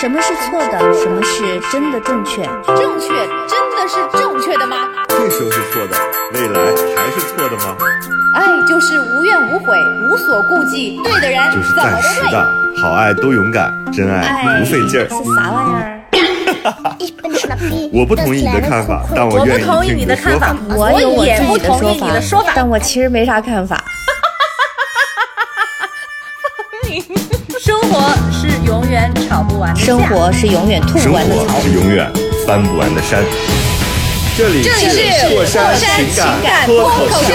什么是错的？什么是真的正确？ 正确真的是正确的吗？ 这时候是错的，未来还是错的吗？ 爱就是无怨无悔，无所顾忌，对的人就是怎么都对。 暂时的，好爱都勇敢，真爱不费劲儿。 是啥玩意儿？ 我不同意你的看法，但我愿意听你的说法。 我有我自己的我也不同意你的说法但我其实没啥看法。 生活是永远吵不完的架， 生活是永远吐生活不完的槽。 是永远翻不完的山。这里是过山情感脱口秀。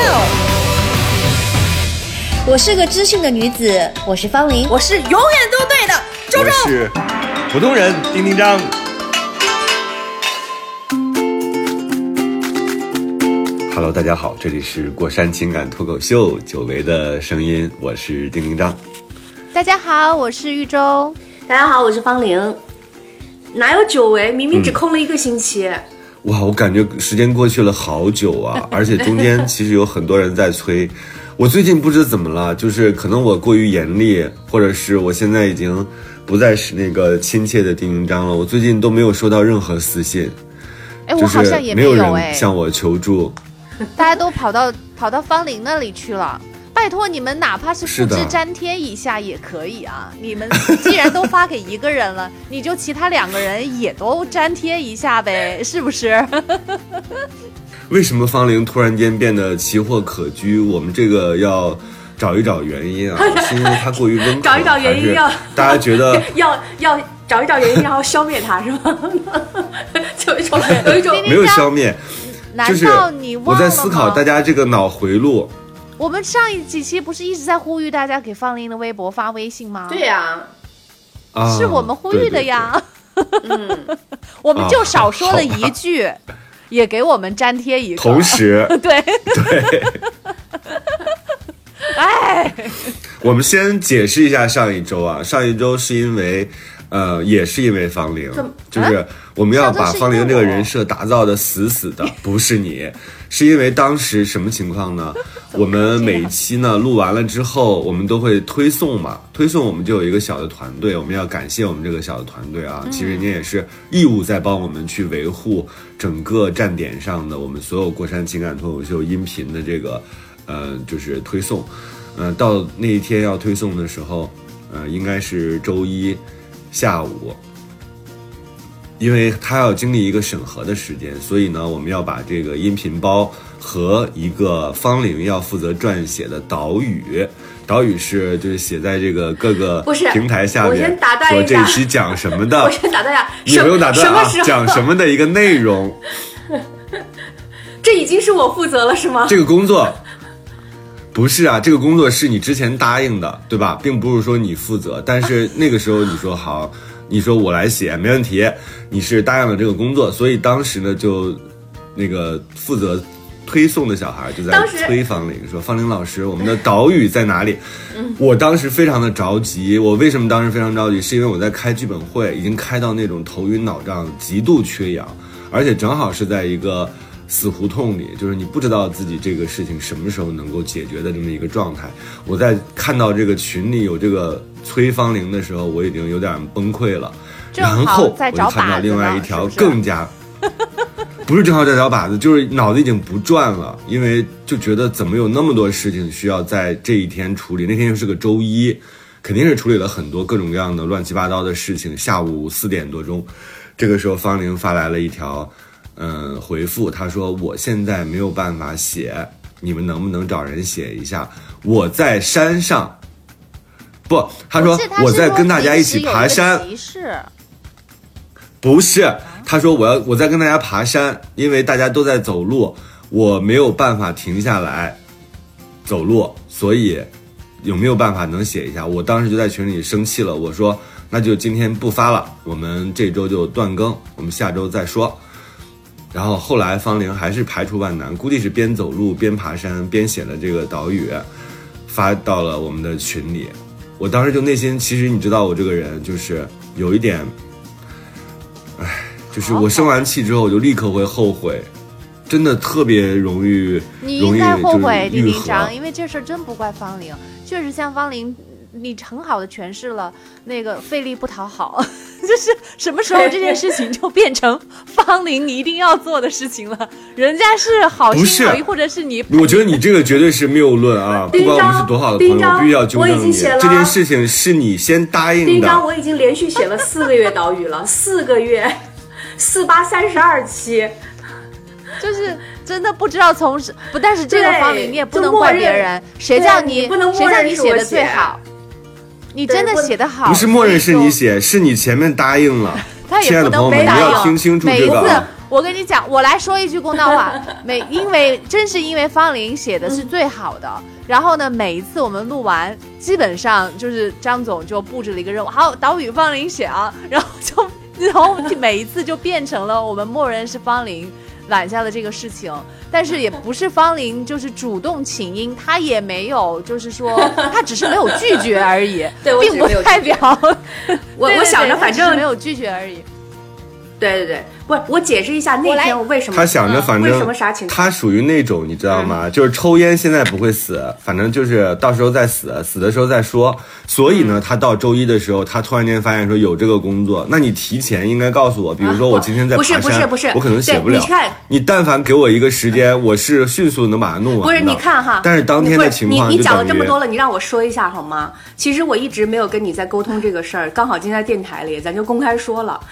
我是个知性的女子，我是方琳， 我是永远都对的周周。 我是普通人丁丁张。Hello， 大家好，这里是过山情感脱口秀，久违的声音，我是丁丁张。 大家好，我是玉州。 大家好，我是方玲。哪有久违？明明只空了1个星期。 哇，我感觉时间过去了好久啊，而且中间其实有很多人在催。我最近不知怎么了，就是可能我过于严厉，或者是我现在已经不再是那个亲切的丁丁张了。我最近都没有收到任何私信， 我好像也没有人向我求助。 大家都跑到方玲那里去了。拜托你们，哪怕是复制粘贴一下也可以啊！你们既然都发给一个人了，你就其他2个人也都粘贴一下呗，是不是？ 为什么方玲突然间变得奇货可居？我们这个要找一找原因啊，是因为他过于温和， 找一找原因要大家觉得要找一找原因，然后消灭他是吗？有一种没有消灭， 难道你忘了吗？ 我在思考大家这个脑回路。 我们上几期不是一直在呼吁大家给方玲的微博发微信吗？ 对呀， 是我们呼吁的呀。 嗯， 我们就少说了一句，也给我们粘贴一个。 同时， 对，哎， 我们先解释一下上一周啊，上一周是因为。也是因为方玲，就是我们要把方玲这个人设打造的死死的，不是你，是因为当时什么情况呢？我们每一期呢录完了之后，我们都会推送嘛，推送我们就有一个小的团队，我们要感谢我们这个小的团队啊，其实人家也是义务在帮我们去维护整个站点上的我们所有过山情感脱口秀音频的这个就是推送，到那一天要推送的时候，应该是周一下午，因为他要经历一个审核的时间，所以呢，我们要把这个音频包和一个方玲要负责撰写的导语是就是写在这个各个平台下面， 我先打断一下， 说这期讲什么的， 我先打断一下， 也不用打断啊，讲什么的一个内容。 这已经是我负责了是吗？ 这个工作。不是啊，这个工作是你之前答应的，对吧？并不是说你负责，但是那个时候你说好，你说我来写没问题，你是答应了这个工作，所以当时呢就那个负责推送的小孩就在催方玲说，方玲老师，我们的导语在哪里？我当时非常的着急，我为什么当时非常着急？是因为我在开剧本会，已经开到那种头晕脑胀，极度缺氧，而且正好是在一个死胡同里，就是你不知道自己这个事情什么时候能够解决的这么一个状态。我在看到这个群里有这个催方玲的时候，我已经有点崩溃了。然后我就看到另外一条更加不是正好在找靶子，就是脑子已经不转了，因为就觉得怎么有那么多事情需要在这一天处理。那天又是个周一，肯定是处理了很多各种各样的乱七八糟的事情。下午4点多钟，这个时候方玲发来了一条回复，他说我现在没有办法写，你们能不能找人写一下？我在山上，不，他说我在跟大家一起爬山，不是，他说我在跟大家爬山，因为大家都在走路，我没有办法停下来走路，所以有没有办法能写一下？我当时就在群里生气了，我说那就今天不发了，我们这周就断更，我们下周再说。然后后来方玲还是排除万难，估计是边走路边爬山边写了这个导语，发到了我们的群里。我当时就内心，其实你知道我这个人就是有一点，就是我生完气之后我就立刻会后悔，真的特别容易。 你应该后悔，丁丁张，因为这事真不怪方玲，确实像方玲，你很好的诠释了那个费力不讨好。 就是什么时候这件事情就变成方玲一定要做的事情了？人家是好心好意，或者是你， 我觉得你这个绝对是谬论啊！不管我们是多好的朋友，我必须要纠正你。这件事情是你先答应的。 丁章，我已经连续写了4个月岛屿了，4个月，4832期。 就是真的不知道从不，但是这个方玲你也不能怪别人，谁叫你写的最好？你真的写得好， 不是默认是你写，是你前面答应了。 他也不能没答应。 亲爱的朋友们，你要听清楚这个。 每一次我跟你讲，我来说一句公道话，正是因为方玲写的是最好的，然后呢，每一次我们录完，基本上就是张总就布置了一个任务，好，岛屿方玲写啊，然后每一次就变成了我们默认是方玲揽下了这个事情，但是也不是方玲就是主动请缨，他也没有就是说他只是没有拒绝而已，并不代表我想着反正没有拒绝而已。 对，不是我解释一下那天我为什么他想着反正为什么啥情况， 他属于那种你知道吗？就是抽烟现在不会死，反正就是到时候再死，死的时候再说。所以呢，他到周一的时候，他突然间发现说有这个工作，那你提前应该告诉我，比如说我今天在爬山， 不是， 我可能写不了。 你看， 你但凡给我一个时间，我是迅速能把它弄完的。 不是，你看哈， 但是当天的情况你讲了这么多了，你让我说一下好吗？其实我一直没有跟你在沟通这个事儿，刚好今天在电台里，咱就公开说了。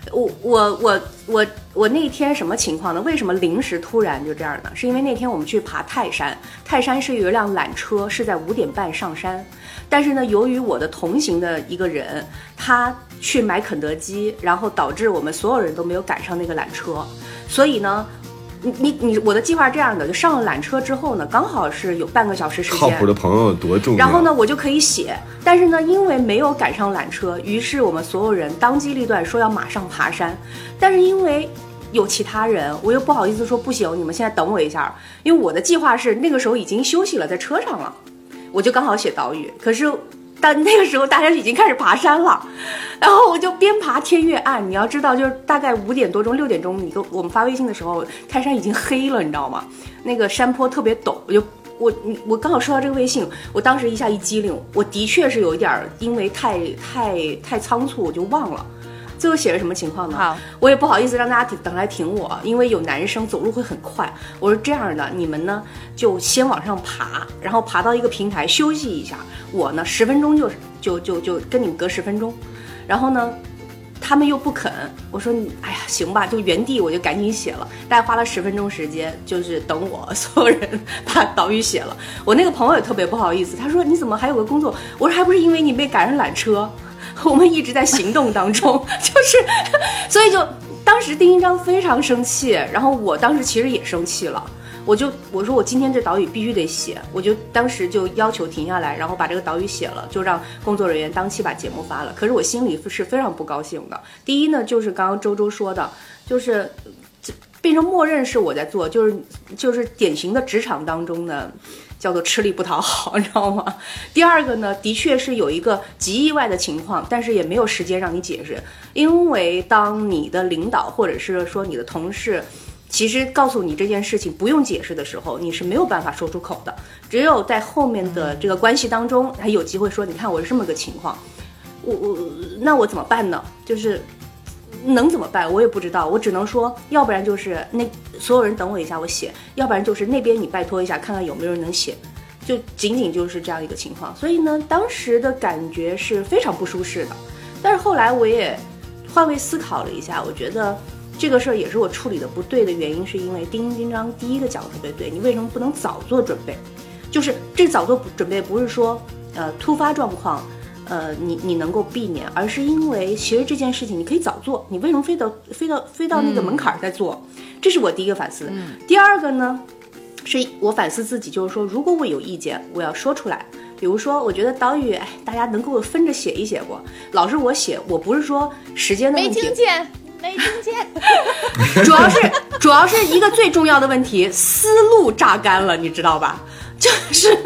我那天什么情况呢？为什么临时突然就这样呢？是因为那天我们去爬泰山，泰山是有一辆缆车是在5点半上山，但是呢，由于我的同行的一个人他去买肯德基，然后导致我们所有人都没有赶上那个缆车，所以呢。我的计划是这样的，就上了缆车之后呢，刚好是有半个小时时间。 靠谱的朋友多重要。 然后呢，我就可以写，但是呢，因为没有赶上缆车，于是我们所有人当机立断说要马上爬山，但是因为有其他人，我又不好意思说不行，你们现在等我一下，因为我的计划是那个时候已经休息了，在车上了，我就刚好写岛屿，可是。但那个时候大家已经开始爬山了，然后我就边爬天越暗，你要知道就是大概5点多钟6点钟，我们发微信的时候，泰山已经黑了，你知道吗？那个山坡特别陡，我刚好收到这个微信，我当时一下一激灵，我的确是有一点因为太仓促我就忘了。最后写了什么情况呢？好，我也不好意思让大家等来挺我，因为有男生走路会很快。我说这样的，你们呢就先往上爬，然后爬到一个平台休息一下。我呢10分钟就跟你们隔10分钟，然后呢，他们又不肯。我说哎呀，行吧，就原地我就赶紧写了，大概花了10分钟时间，就是等我所有人把岛屿写了。我那个朋友也特别不好意思，他说你怎么还有个工作？我说还不是因为你没赶上缆车。我们一直在行动当中，所以就当时丁一章非常生气，然后我当时其实也生气了，我说我今天这岛屿必须得写，我就当时就要求停下来，然后把这个岛屿写了，就让工作人员当期把节目发了。可是我心里是非常不高兴的。第一呢，就是刚刚周说的，就是变成默认是我在做，就是典型的职场当中呢。叫做吃力不讨好，你知道吗？第二个呢，的确是有一个极意外的情况，但是也没有时间让你解释，因为当你的领导或者是说你的同事，其实告诉你这件事情不用解释的时候，你是没有办法说出口的，只有在后面的这个关系当中，还有机会说，你看我是这么个情况，那我怎么办呢？就是能怎么办我也不知道，我只能说要不然就是那所有人等我一下我写，要不然就是那边你拜托一下看看有没有人能写，就仅仅就是这样一个情况。所以呢当时的感觉是非常不舒适的，但是后来我也换位思考了一下，我觉得这个事儿也是我处理的不对的原因，是因为丁章第一个讲的特别对，你为什么不能早做准备？就是这早做准备不是说突发状况你能够避免，而是因为其实这件事情你可以早做，你为什么非到那个门槛再做？这是我第一个反思。第二个呢，是我反思自己，就是说，如果我有意见，我要说出来。比如说，我觉得岛屿，大家能够分着写一写过，老是我写，我不是说时间的问题。 没听见。 主要是一个最重要的问题，思路榨干了，你知道吧？就是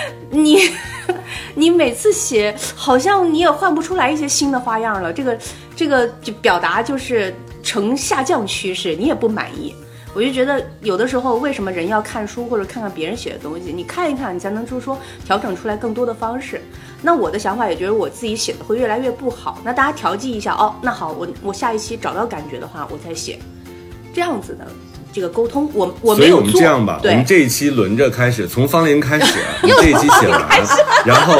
你每次写好像你也换不出来一些新的花样了，这个就表达就是呈下降趋势，你也不满意。我就觉得有的时候为什么人要看书或者看看别人写的东西，你看一看你才能就是说调整出来更多的方式。 那我的想法也觉得我自己写的会越来越不好，那大家调剂一下哦。那好，我下一期找到感觉的话，我再写，这样子的这个沟通，我没有做。 所以我们这样吧，我们这一期轮着开始，从方玲开始，你这一期写完，然后。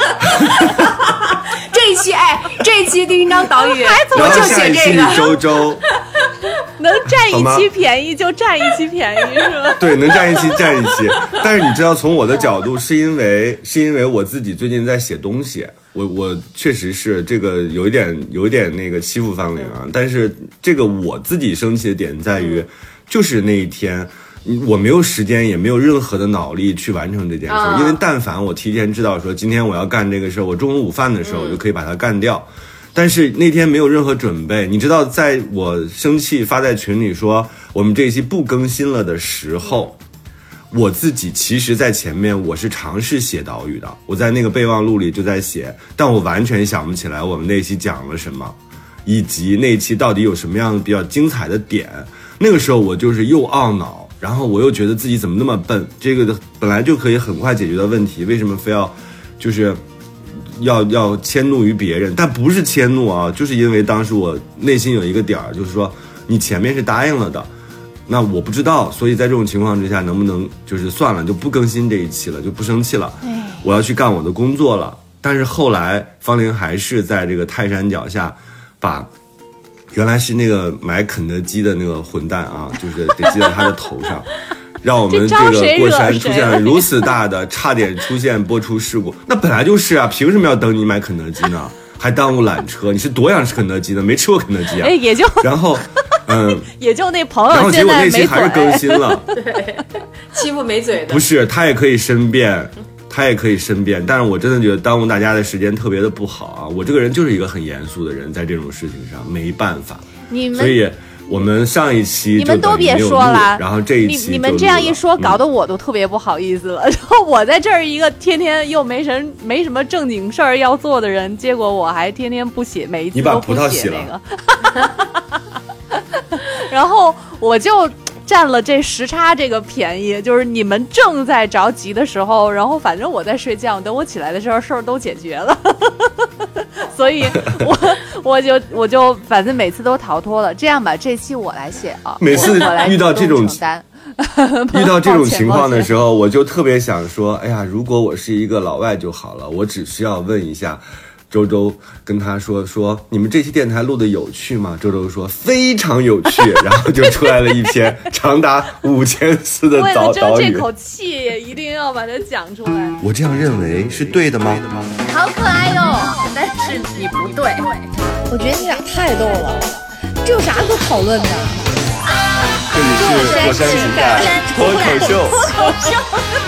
这一期丁丁章导演， 我就写这个。周周能占一期便宜就占一期便宜是吧？ 对，能占一期占一期。但是你知道，从我的角度，是因为我自己最近在写东西，我确实是这个有一点那个欺负方玲啊。但是这个我自己生气的点在于，就是那一天。我没有时间，也没有任何的脑力去完成这件事，因为但凡我提前知道说今天我要干这个事儿，我中午午饭的时候我就可以把它干掉。但是那天没有任何准备，你知道，在我生气发在群里说我们这一期不更新了的时候，我自己其实在前面我是尝试写导语的，我在那个备忘录里就在写，但我完全想不起来我们那期讲了什么，以及那期到底有什么样的比较精彩的点。那个时候我就是又懊恼，然后我又觉得自己怎么那么笨，这个本来就可以很快解决的问题，为什么非要就是要迁怒于别人？但不是迁怒啊，就是因为当时我内心有一个点儿，就是说你前面是答应了的，那我不知道，所以在这种情况之下，能不能就是算了，就不更新这一期了，就不生气了，我要去干我的工作了。但是后来方玲还是在这个泰山脚下把原来是那个买肯德基的那个混蛋啊，就是得记在他的头上，让我们这个过山出现了如此大的差点出现播出事故。那本来就是啊，凭什么要等你买肯德基呢？还耽误缆车？你是多想吃肯德基呢？没吃过肯德基啊？ 也就然后也就那朋友， 然后结果那期还是更新了， 对，欺负没嘴的。 不是，他也可以申辩。但是我真的觉得耽误大家的时间特别的不好啊！我这个人就是一个很严肃的人，在这种事情上没办法。所以我们上一期你们都别说了， 然后这一期你们这样一说，搞得我都特别不好意思了。然后我在这儿一个天天又没什么正经事儿要做的人，结果我还天天不写，每一次都不写那个。然后我就占了这时差这个便宜，就是你们正在着急的时候，然后反正我在睡觉，等我起来的时候事儿都解决了，所以我就反正每次都逃脱了。这样吧，这期我来写啊， 每次遇到这种情况的时候，我就特别想说，哎呀，如果我是一个老外就好了，我只需要问一下。周周跟他说你们这期电台录的有趣吗？周周说非常有趣，然后就出来了一篇长达5000字的导语。为了争这口气，也一定要把它讲出来。 我这样认为是对的吗？ 好可爱哟，但是你不对。 我觉得你俩太逗了，这有啥可讨论的？ 这里是过山情感脱口秀。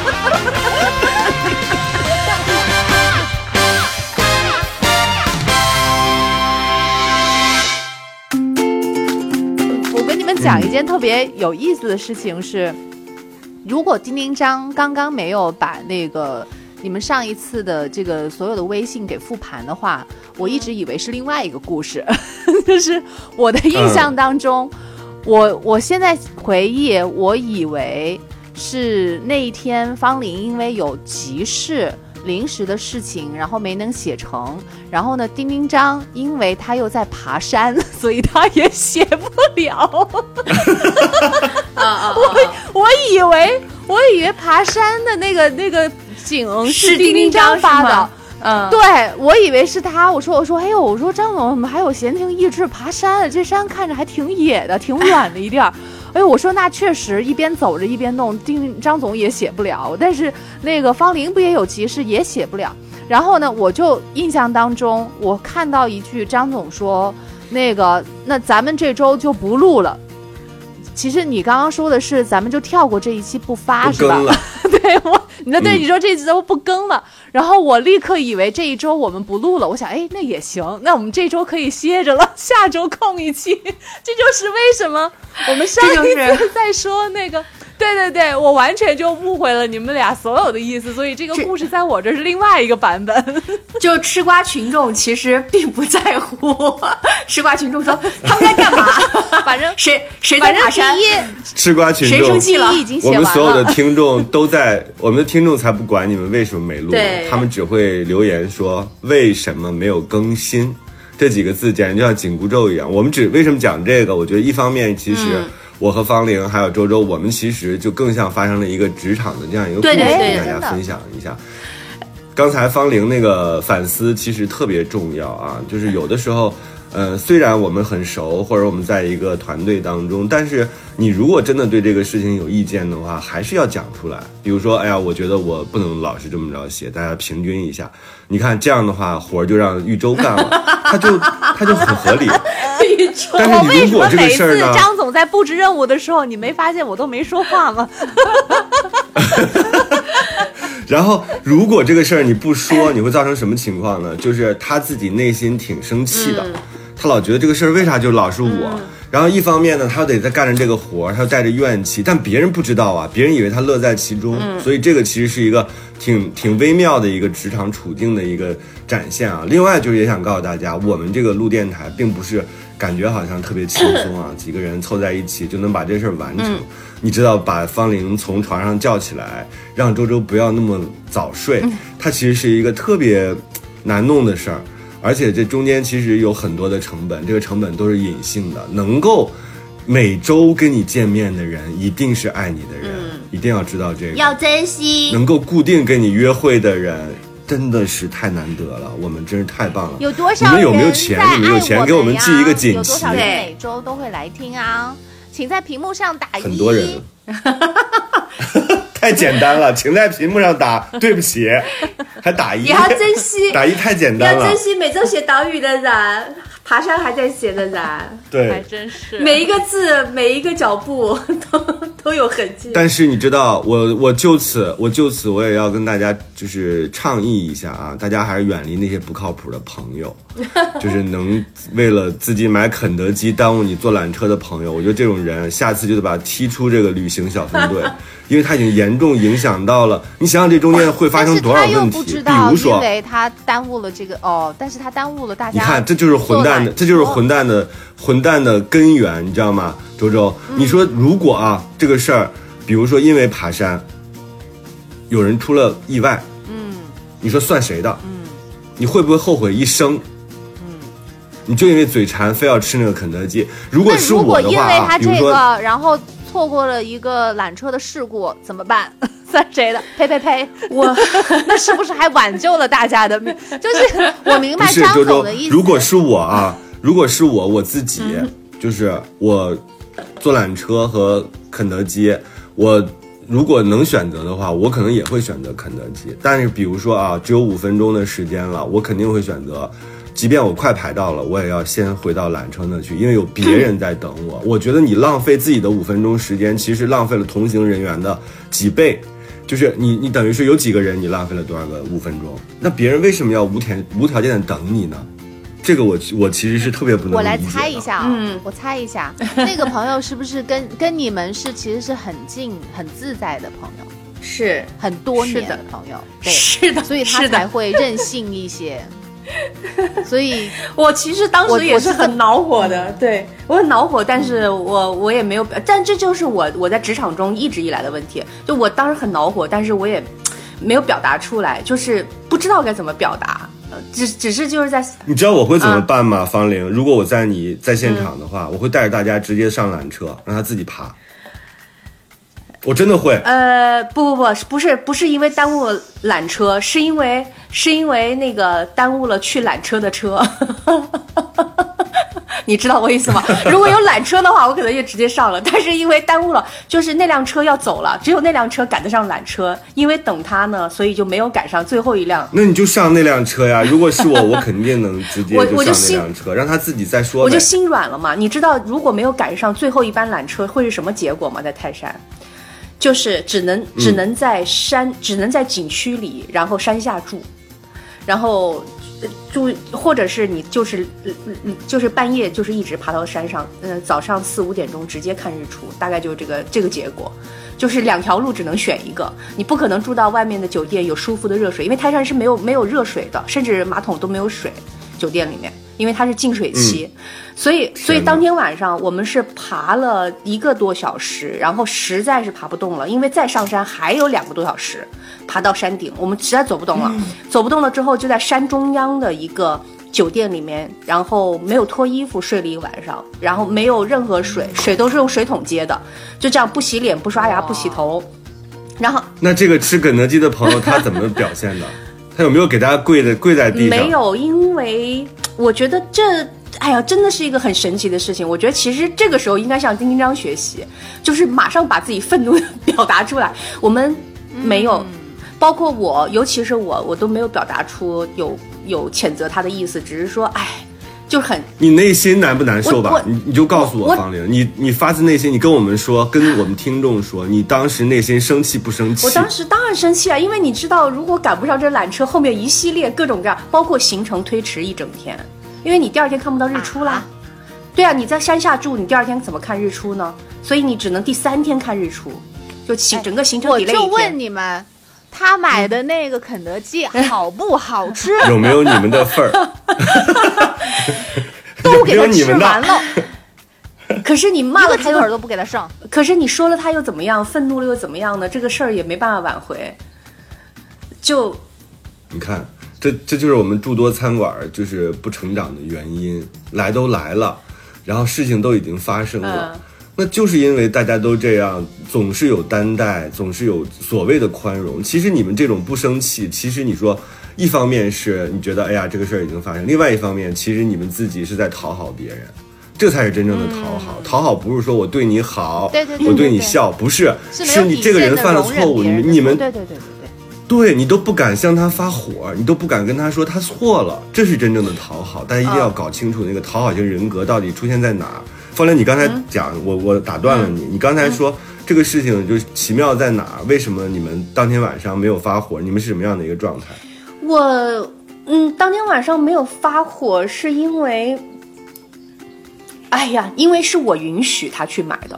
讲一件特别有意思的事情是，如果丁丁章刚刚没有把那个你们上一次的这个所有的微信给复盘的话，我一直以为是另外一个故事。就是我的印象当中，我现在回忆，我以为是那一天方玲因为有急事临时的事情，然后没能写成，然后呢丁丁章因为他又在爬山，所以他也写不了。我以为爬山的那个景是丁丁章发的，对，我以为是他。我说哎呦，我说张总怎么还有闲情逸致爬山？这山看着还挺野的，挺远的一地儿。哎，我说那确实一边走着一边弄，张总也写不了，但是那个方玲不也有急事也写不了。然后呢，我就印象当中，我看到一句张总说，那咱们这周就不录了。其实你刚刚说的是咱们就跳过这一期不发是吧？对，你说这一周不更了，然后我立刻以为这一周我们不录了，我想那也行，那我们这周可以歇着了，下周空一期。这就是为什么我们上一次在说那个，对，我完全就误会了你们俩所有的意思，所以这个故事在我这是另外一个版本。 就吃瓜群众其实并不在乎，吃瓜群众说他们在干嘛？ 反正谁在爬山？ 吃瓜群谁众生气了？ 我们所有的听众都在，我们的听众才不管你们为什么没录，他们只会留言说为什么没有更新，这几个字简直就像紧箍咒一样。我们为什么讲这个？我觉得一方面其实我和方玲还有周周，我们其实就更像发生了一个职场的这样一个故事，跟大家分享一下。刚才方玲那个反思其实特别重要啊，就是有的时候虽然我们很熟，或者我们在一个团队当中，但是你如果真的对这个事情有意见的话，还是要讲出来。比如说，哎呀，我觉得我不能老是这么着写，大家平均一下。你看这样的话，活就让豫州干了，他就很合理。但是你如果这个事儿呢， 每次张总在布置任务的时候，你没发现我都没说话吗？ 然后，如果这个事儿你不说，你会造成什么情况呢？就是他自己内心挺生气的，他老觉得这个事儿为啥就老是我。然后一方面呢，他得在干着这个活，他带着怨气，但别人不知道啊，别人以为他乐在其中。所以这个其实是一个挺微妙的一个职场处境的一个展现啊。另外就是也想告诉大家，我们这个录电台并不是感觉好像特别轻松啊，几个人凑在一起就能把这事儿完成。你知道，把方玲从床上叫起来，让周周不要那么早睡，它其实是一个特别难弄的事儿。而且这中间其实有很多的成本，这个成本都是隐性的。能够每周跟你见面的人，一定是爱你的人，一定要知道这个， 要珍惜。 能够固定跟你约会的人，真的是太难得了，我们真是太棒了。 有多少人？ 你们有没有钱？你们有钱给我们寄一个锦旗。 有多少人每周都会来听啊？请在屏幕上打1。 很多人。太简单了，请在屏幕上打对不起，还打1， 你要珍惜， 打1太简单了， 要珍惜每周写岛屿的人，爬山还在写的人， 对， 还真是每一个字每一个脚步都有痕迹。 但是你知道，我就此我也要跟大家就是倡议一下啊，大家还是远离那些不靠谱的朋友，就是能为了自己买肯德基耽误你坐缆车的朋友，我觉得这种人下次就得把他踢出这个旅行小分队。因为他已经严重影响到了，你想想这中间会发生多少问题？比如说， 因为他耽误了这个但是他耽误了大家。 你看，这就是混蛋的，这就是混蛋的根源，你知道吗？周周，你说如果啊这个事儿，比如说因为爬山，有人出了意外，你说算谁的？你会不会后悔一生？你就因为嘴馋非要吃那个肯德基？如果是我的话， 因为他这个， 然后错过了一个缆车的事故怎么办？算谁的？呸！我那是不是还挽救了大家的命？就是我明白张总的意思。 如果是我啊，如果是我自己，就是我坐缆车和肯德基，我如果能选择的话，我可能也会选择肯德基。但是比如说啊，只有5分钟的时间了，我肯定会选择。即便我快排到了，我也要先回到缆车那去，因为有别人在等我。我觉得你浪费自己的5分钟时间，其实浪费了同行人员的几倍。就是你等于是有几个人，你浪费了多少个5分钟？那别人为什么要无条件的等你呢？这个我其实是特别不能理解的。 我来猜一下啊，我猜一下，那个朋友是不是跟你们其实是很近、很自在的朋友？ 是很多年的朋友，对， 是的， 所以他才会任性一些。所以我其实当时也是很恼火的，对，我很恼火，但是我也没有，但这就是我在职场中一直以来的问题，就我当时很恼火，但是我也没有表达出来，就是不知道该怎么表达，只是就是在。你知道我会怎么办吗？方玲，如果我在现场的话，我会带着大家直接上缆车，让他自己爬。我真的会。 不是因为耽误了缆车，是因为那个耽误了去缆车的车。你知道我意思吗？如果有缆车的话，我可能也直接上了，但是因为耽误了，就是那辆车要走了，只有那辆车赶得上缆车，因为等它呢，所以就没有赶上最后一辆。 那你就上那辆车呀！如果是我肯定能直接就上那辆车，让他自己再说呗。 我就心软了嘛。你知道如果没有赶上最后一班缆车会是什么结果吗？在泰山。就是只能在景区里，然后山下住，然后住，或者是你就是半夜就是一直爬到山上，早上4、5点钟直接看日出，大概就是这个结果，就是2条路只能选一个，你不可能住到外面的酒店有舒服的热水，因为泰山是没有热水的，甚至马桶都没有水，酒店里面因为它是净水期，所以当天晚上我们是爬了1个多小时，然后实在是爬不动了，因为再上山还有2个多小时，爬到山顶，我们实在走不动了，走不动了之后就在山中央的一个酒店里面，然后没有脱衣服睡了1个晚上，然后没有任何水都是用水桶接的，就这样不洗脸不刷牙不洗头。然后那这个吃肯德基的朋友他怎么表现的？他有没有给大家跪在地上？ 没有，因为我觉得哎呀，真的是一个很神奇的事情。我觉得其实这个时候应该向丁丁章学习，就是马上把自己愤怒表达出来。我们没有，包括我，尤其是我都没有表达出有谴责他的意思，只是说，哎。就很， 你内心难不难受吧？你就告诉我方玲，你发自内心，你跟我们说，跟我们听众说，你当时内心生气不生气？ 我当时当然生气啊，因为你知道，如果赶不上这缆车，后面一系列各种各样，包括行程推迟1整天，因为你第2天看不到日出啦。对啊，你在山下住，你第2天怎么看日出呢？所以你只能第3天看日出，就整个行程delay1天。 我就问你们。他买的那个肯德基好不好吃？ 有没有你们的份儿？ 都给他吃完了。 可是你骂了他， 一个鸡腿都不给他剩。 可是你说了他又怎么样？愤怒了又怎么样呢？这个事儿也没办法挽回。就你看，这就是我们诸多餐馆就是不成长的原因。来都来了，然后事情都已经发生了。那就是因为大家都这样，总是有担待，总是有所谓的宽容。其实你们这种不生气，其实你说一方面是你觉得哎呀这个事儿已经发生，另外一方面其实你们自己是在讨好别人，这才是真正的讨好。讨好不是说我对你好， 对我对你笑，不是，是你这个人犯了错误，你们对你都不敢向他发火，你都不敢跟他说他错了，这是真正的讨好。大家一定要搞清楚那个讨好型人格到底出现在哪儿。方玲，你刚才讲，我打断了你。你刚才说这个事情就是奇妙在哪儿？为什么你们当天晚上没有发火？你们是什么样的一个状态？ 当天晚上没有发火，是因为，哎呀，因为是我允许他去买的，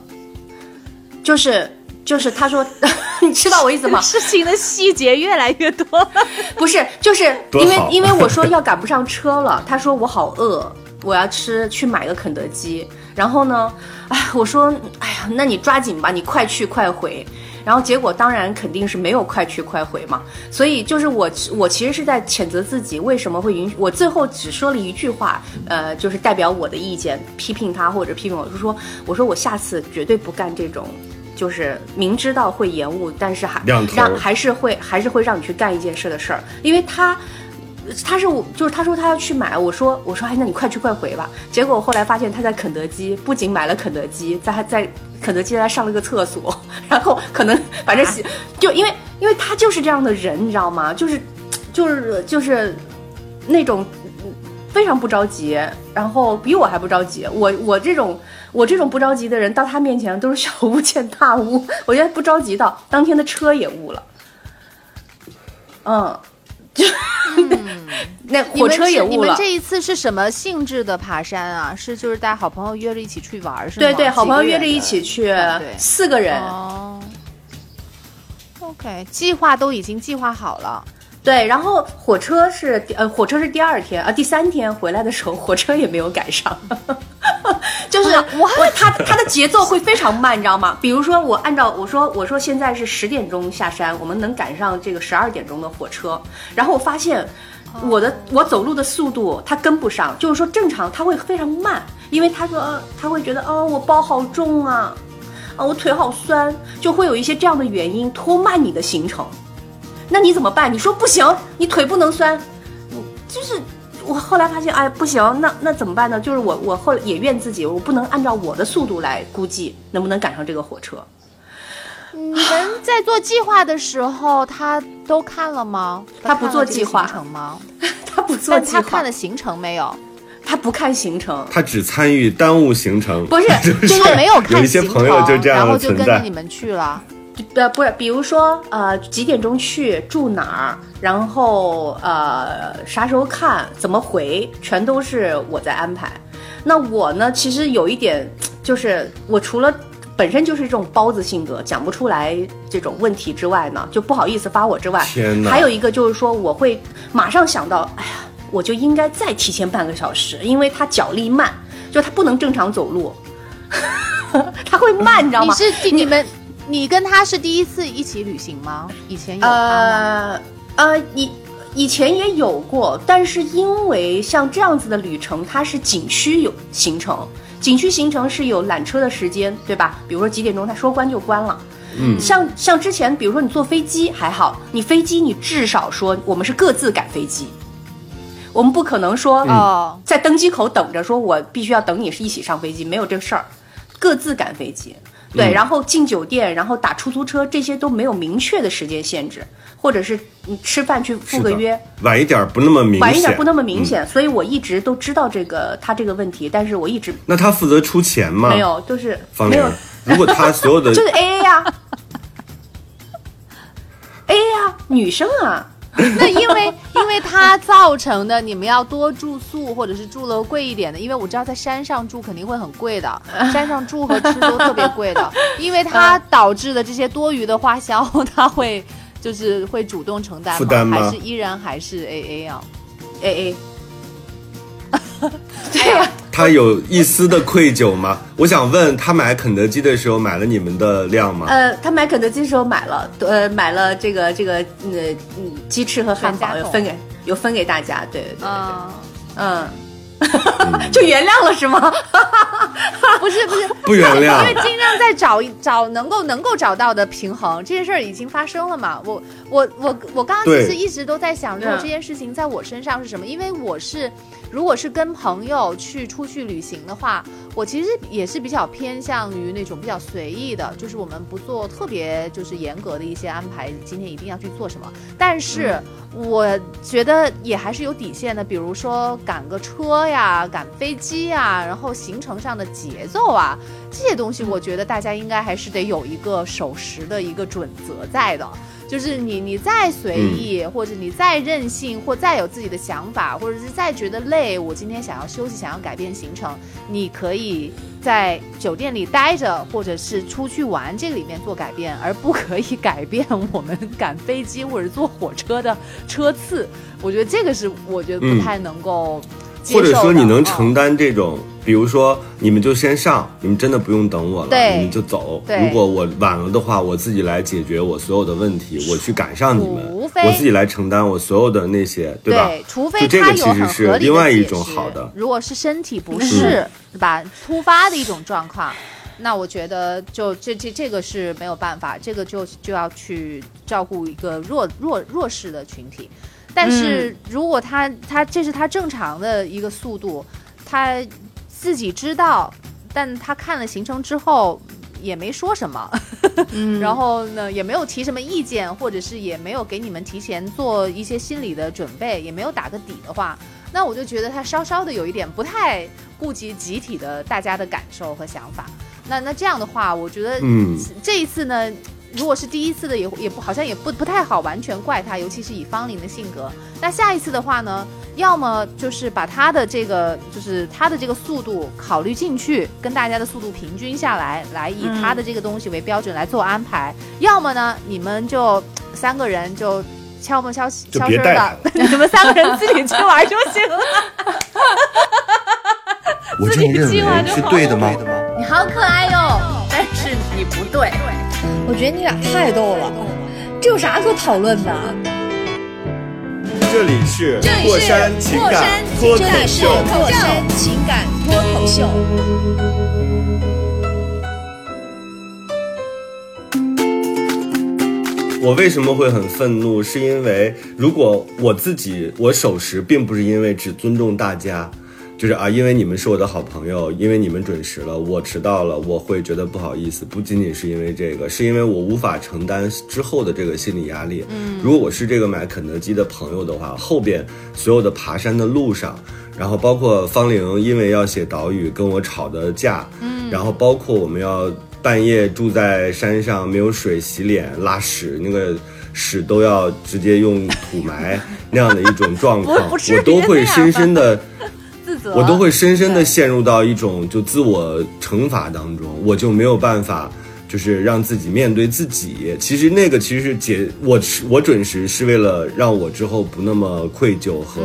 就是他说，你知道我意思吗？ 事情的细节越来越多了。 不是，就是因为我说要赶不上车了，他说我好饿，我要去买个肯德基。然后呢，我说，哎呀，那你抓紧吧，你快去快回。然后结果当然肯定是没有快去快回嘛。所以就是我其实是在谴责自己为什么会允许。我最后只说了一句话，就是代表我的意见，批评他或者批评我，就说我说我下次绝对不干这种。就是明知道会延误，但是还是会让你去干一件事的事儿，因为他就是他说他要去买，我说哎，那你快去快回吧。结果我后来发现他在肯德基，不仅买了肯德基，在肯德基还上了个厕所，然后可能反正就因为他就是这样的人，你知道吗？就是那种非常不着急，然后比我还不着急。我这种不着急的人，到他面前都是小巫见大巫。我觉得不着急到当天的车也误了，那火车也误了。 你们这一次是什么性质的爬山啊？就是带好朋友约着一起去玩是吗？ 对，好朋友约着一起去，4个人。 OK， 计划都已经计划好了。 对，然后火车是第2天第3天回来的时候，火车也没有赶上，就是他的节奏会非常慢，你知道吗？比如说我按照我说现在是10点钟下山，我们能赶上这个12点钟的火车，然后我发现我走路的速度他跟不上，就是说正常他会非常慢，因为他说他会觉得我包好重啊，我腿好酸，就会有一些这样的原因拖慢你的行程。那你怎么办？你说不行，你腿不能酸，就是我后来发现，哎，不行，那怎么办呢？就是我后来也怨自己，我不能按照我的速度来估计能不能赶上这个火车。 你们在做计划的时候，他都看了吗？ 他不做计划吗？ 他不做计划。 他看了行程没有？ 他不看行程， 他只参与耽误行程。 不是， 就是没有看行程， 有一些朋友就这样的存在， 然后就跟着你们去了。 不是，比如说几点钟去，住哪儿，然后啥时候看，怎么回，全都是我在安排。那我呢，其实有一点就是我除了本身就是这种包子性格，讲不出来这种问题之外呢，就不好意思发我之外， 天哪， 还有一个就是说我会马上想到，哎呀， 我就应该再提前半个小时，因为他脚力慢，就他不能正常走路，他会慢，你知道吗？ 你跟他是第一次一起旅行吗？以前有他吗？ 以前也有过，但是因为像这样子的旅程，它是景区有行程，景区行程是有缆车的时间，对吧？比如说几点钟它说关就关了。像之前，比如说你坐飞机还好，你飞机你至少说我们是各自赶飞机，我们不可能说在登机口等着，说我必须要等你是一起上飞机，没有这事儿，各自赶飞机。对，然后进酒店，然后打出租车，这些都没有明确的时间限制，或者是你吃饭去赴个约， 晚一点不那么明显， 所以我一直都知道他这个问题，但是我一直那他负责出钱吗？ 没有，就是没有。如果他所有的就是 AA 呀，AA 呀，女生啊。 那因为它造成的，你们要多住宿，或者是住了贵一点的，因为我知道在山上住肯定会很贵的，山上住和吃都特别贵的，因为它导致的这些多余的花销，它会主动承担吗？ 负担吗？ 还是依然还是 AA 啊 ？AA。对呀。 他有一丝的愧疚吗？我想问他买肯德基的时候买了你们的量吗？ 他买肯德基的时候买了这个鸡翅和汉堡，有分给大家，对，就原谅了是吗？ 不是不原谅， 因为尽量在找能够找到的平衡，这件事儿已经发生了嘛。我刚刚其实一直都在想，如果这件事情在我身上是什么？因为如果是跟朋友出去旅行的话，我其实也是比较偏向于那种比较随意的，就是我们不做特别就是严格的一些安排，今天一定要去做什么。但是我觉得也还是有底线的，比如说赶个车呀、赶飞机呀，然后行程上的节奏啊，这些东西我觉得大家应该还是得有一个守时的一个准则在的。就是你再随意，或者你再任性，或再有自己的想法，或者是再觉得累，我今天想要休息，想要改变行程，你可以在酒店里待着，或者是出去玩这个里面做改变，而不可以改变我们赶飞机或者坐火车的车次。我觉得这个是我觉得不太能够接受的。 或者说你能承担这种比如说你们就先上，你们真的不用等我了，你们就走。如果我晚了的话，我自己来解决我所有的问题，我去赶上你们，我自己来承担我所有的那些，对吧？ 对，除非他有很合理的解释。这个其实是另外一种好的。 如果是身体不适，对吧？突发的一种状况，那我觉得就这个是没有办法，这个就要去照顾一个弱势的群体。但是如果他这是他正常的一个速度，他自己知道，但他看了行程之后也没说什么，然后呢也没有提什么意见，或者是也没有给你们提前做一些心理的准备，也没有打个底的话，那我就觉得他稍稍的有一点不太顾及集体的大家的感受和想法。那这样的话，我觉得这一次呢，如果是第一次的也不好像也不太好完全怪他，尤其是以方琳的性格。那下一次的话呢，要么就是把他的这个速度考虑进去，跟大家的速度平均下来，来以他的这个东西为标准来做安排。要么呢，你们就3个人就悄声的，你们3个人自己去玩就行了。 我这么认为是对的吗？ 你好可爱哟，但是你不对。 我觉得你俩太逗了，这有啥可讨论的？ 这里是过山情感脱口秀。 过山情感脱口秀。 我为什么会很愤怒？是因为如果我守时，并不是因为只尊重大家。就是因为你们是我的好朋友，因为你们准时了，我迟到了，我会觉得不好意思。不仅仅是因为这个，是因为我无法承担之后的这个心理压力。如果我是这个买肯德基的朋友的话，后边所有的爬山的路上，然后包括方玲因为要写岛屿跟我吵的架，然后包括我们要半夜住在山上，没有水洗脸拉屎，那个屎都要直接用土埋那样的一种状况，我都会深深的陷入到一种就自我惩罚当中，我就没有办法就是让自己面对自己。其实是我准时是为了让我之后不那么愧疚和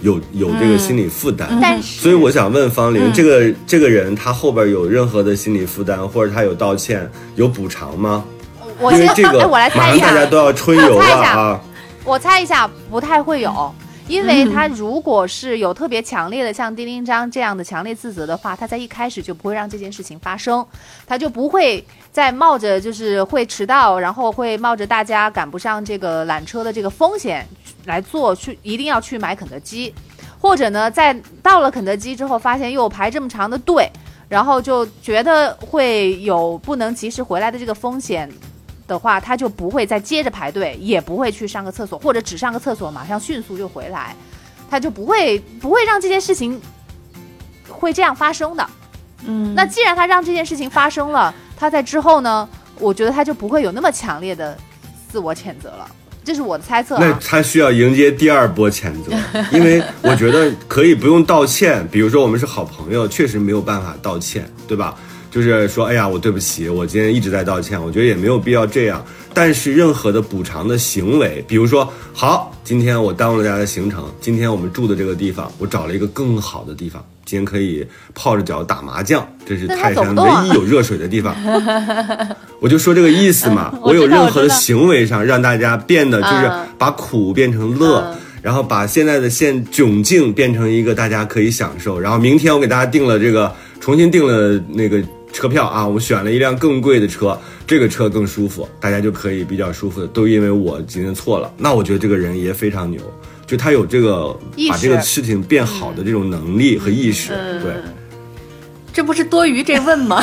有这个心理负担。 但是， 所以我想问方玲，这个人他后边有任何的心理负担，或者他有道歉、有补偿吗？因为这个我来猜一下， 马上大家都要春游了啊！ 我猜一下，不太会有。因为他如果是有特别强烈的像丁丁章这样的强烈自责的话，他在一开始就不会让这件事情发生，他就不会再冒着就是会迟到，然后会冒着大家赶不上这个缆车的这个风险来做，去一定要去买肯德基，或者呢在到了肯德基之后发现又有排这么长的队，然后就觉得会有不能及时回来的这个风险的话，他就不会再接着排队，也不会去上个厕所，或者只上个厕所马上迅速就回来，他就不会让这件事情会这样发生的。那既然他让这件事情发生了，他在之后呢，我觉得他就不会有那么强烈的自我谴责了，这是我的猜测那他需要迎接第二波谴责，因为我觉得可以不用道歉，比如说我们是好朋友，确实没有办法道歉，对吧？就是说，哎呀，我对不起，我今天一直在道歉，我觉得也没有必要这样。但是任何的补偿的行为，比如说，好，今天我耽误了大家的行程，今天我们住的这个地方，我找了一个更好的地方，今天可以泡着脚打麻将，这是泰山唯一有热水的地方。我就说这个意思嘛，我有任何的行为上让大家变得就是把苦变成乐。然后把现在的窘境变成一个大家可以享受，然后明天我给大家重新订了那个车票啊，我选了一辆更贵的车，这个车更舒服，大家就可以比较舒服的，都因为我今天错了。那我觉得这个人也非常牛，就他有这个把这个事情变好的这种能力和意识。对， 这不是多余这问吗？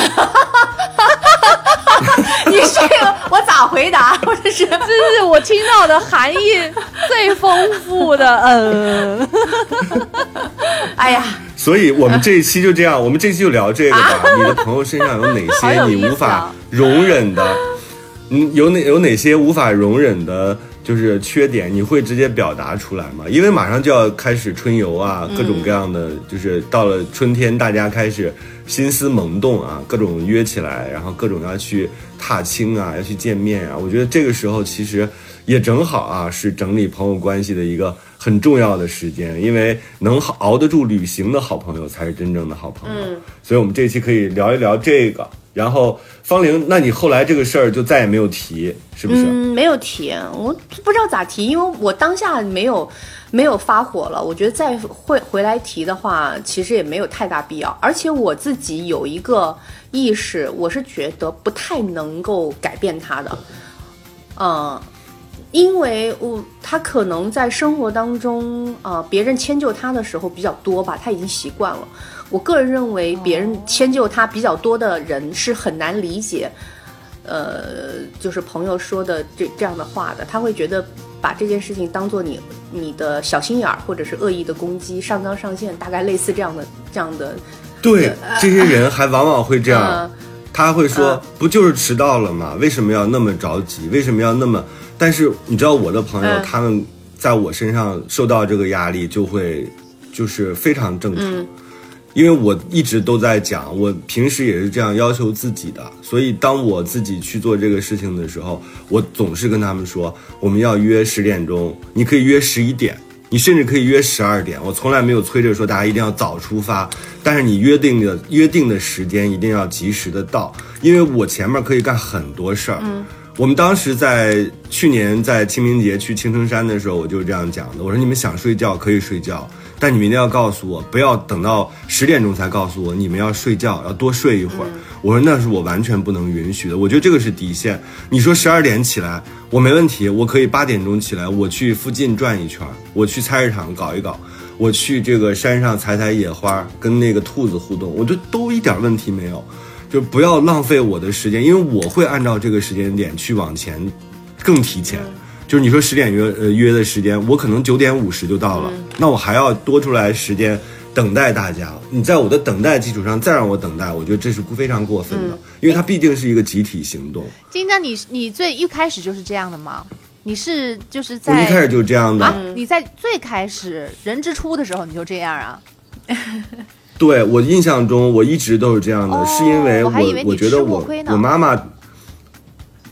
你这个我咋回答？或者是这是我听到的含义最丰富的。 哎呀， 所以我们这一期就这样，我们这期就聊这个吧。你的朋友身上有哪些你无法容忍的？有哪些无法容忍的？就是缺点，你会直接表达出来吗？因为马上就要开始春游啊，各种各样的，就是到了春天，大家开始心思萌动啊，各种约起来，然后各种要去踏青啊，要去见面啊。我觉得这个时候其实也正好啊，是整理朋友关系的一个很重要的时间，因为能熬得住旅行的好朋友才是真正的好朋友。所以我们这期可以聊一聊这个。然后方玲，那你后来这个事儿就再也没有提，是不是？ 没有提，我不知道咋提，因为我当下没有发火了。我觉得再回来提的话，其实也没有太大必要。而且我自己有一个意识，我是觉得不太能够改变他的，因为他可能在生活当中，别人迁就他的时候比较多吧，他已经习惯了。我个人认为，别人迁就他比较多的人是很难理解，就是朋友说的这样的话的。他会觉得把这件事情当做你的小心眼儿，或者是恶意的攻击，上纲上线，大概类似这样的。 对，这些人还往往会这样，他会说，不就是迟到了吗？为什么要那么着急？为什么要那么？但是你知道，我的朋友他们在我身上受到这个压力，就是非常正常。因为我一直都在讲，我平时也是这样要求自己的，所以当我自己去做这个事情的时候，我总是跟他们说，我们要约10点钟，你可以约11点，你甚至可以约12点，我从来没有催着说大家一定要早出发，但是你约定的时间一定要及时的到，因为我前面可以干很多事儿。我们当时去年在清明节去青城山的时候，我就是这样讲的，我说你们想睡觉可以睡觉，但你们一定要告诉我，不要等到10点钟才告诉我你们要睡觉，要多睡一会儿。我说那是我完全不能允许的，我觉得这个是底线。你说12点起来，我没问题，我可以8点钟起来，我去附近转一圈，我去菜市场搞一搞，我去这个山上采野花，跟那个兔子互动，我觉得都一点问题没有。就不要浪费我的时间，因为我会按照这个时间点去往前更提前。就是你说10点约的时间，我可能9点50就到了，那我还要多出来时间等待大家。你在我的等待基础上再让我等待，我觉得这是非常过分的，因为它毕竟是一个集体行动。 金江，你最一开始就是这样的吗？你是就是在我一开始就是这样的。 你在最开始人之初的时候你就这样啊？ 对，我印象中我一直都是这样的，是因为我觉得我妈妈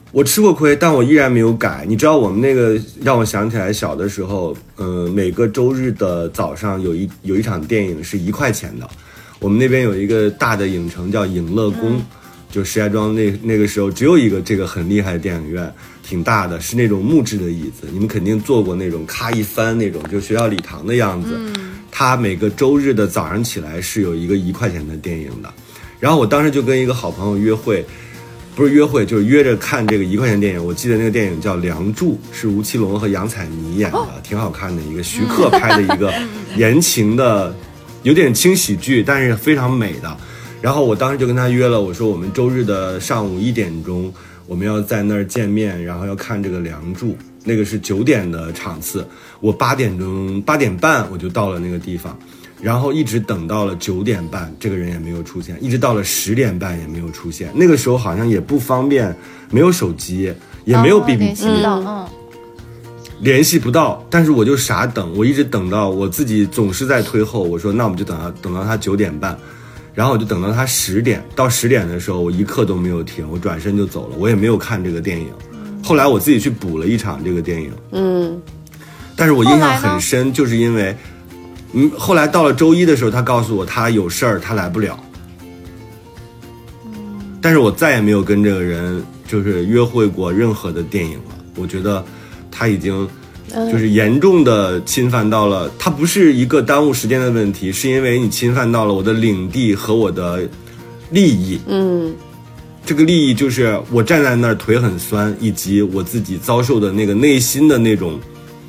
我吃过亏，但我依然没有改。你知道我们那个让我想起来小的时候，每个周日的早上有一场电影是1块钱的。我们那边有一个大的影城叫影乐宫，就石家庄那个时候只有一个这个很厉害的电影院，挺大的，是那种木质的椅子，你们肯定坐过那种咔一翻那种，就学校礼堂的样子。他每个周日的早上起来是有一个1块钱的电影的。然后我当时就跟一个好朋友约会。不是约会，就是约着看这个1块钱电影。我记得那个电影叫《梁祝》，是吴奇隆和杨采妮演的，挺好看的一个徐克拍的一个言情的，有点轻喜剧，但是非常美的。然后我当时就跟他约了，我说我们周日的上午1点钟，我们要在那儿见面，然后要看这个《梁祝》，那个是9点的场次。我8点半我就到了那个地方。然后一直等到了9点半，这个人也没有出现，一直到了10点半也没有出现。那个时候好像也不方便，没有手机，也没有 BB 机，联系不到。但是我就傻等，我一直等到我自己总是在推后。我说那我们就等到他9点半，然后我就等到他10点。到10点的时候，我一刻都没有停，我转身就走了，我也没有看这个电影。后来我自己去补了一场这个电影，但是我印象很深，就是因为。后来到了周一的时候，他告诉我他有事儿，他来不了。但是我再也没有跟这个人就是约会过任何的电影了。我觉得他已经就是严重的侵犯到了，他不是一个耽误时间的问题，是因为你侵犯到了我的领地和我的利益。这个利益就是我站在那儿腿很酸，以及我自己遭受的那个内心的那种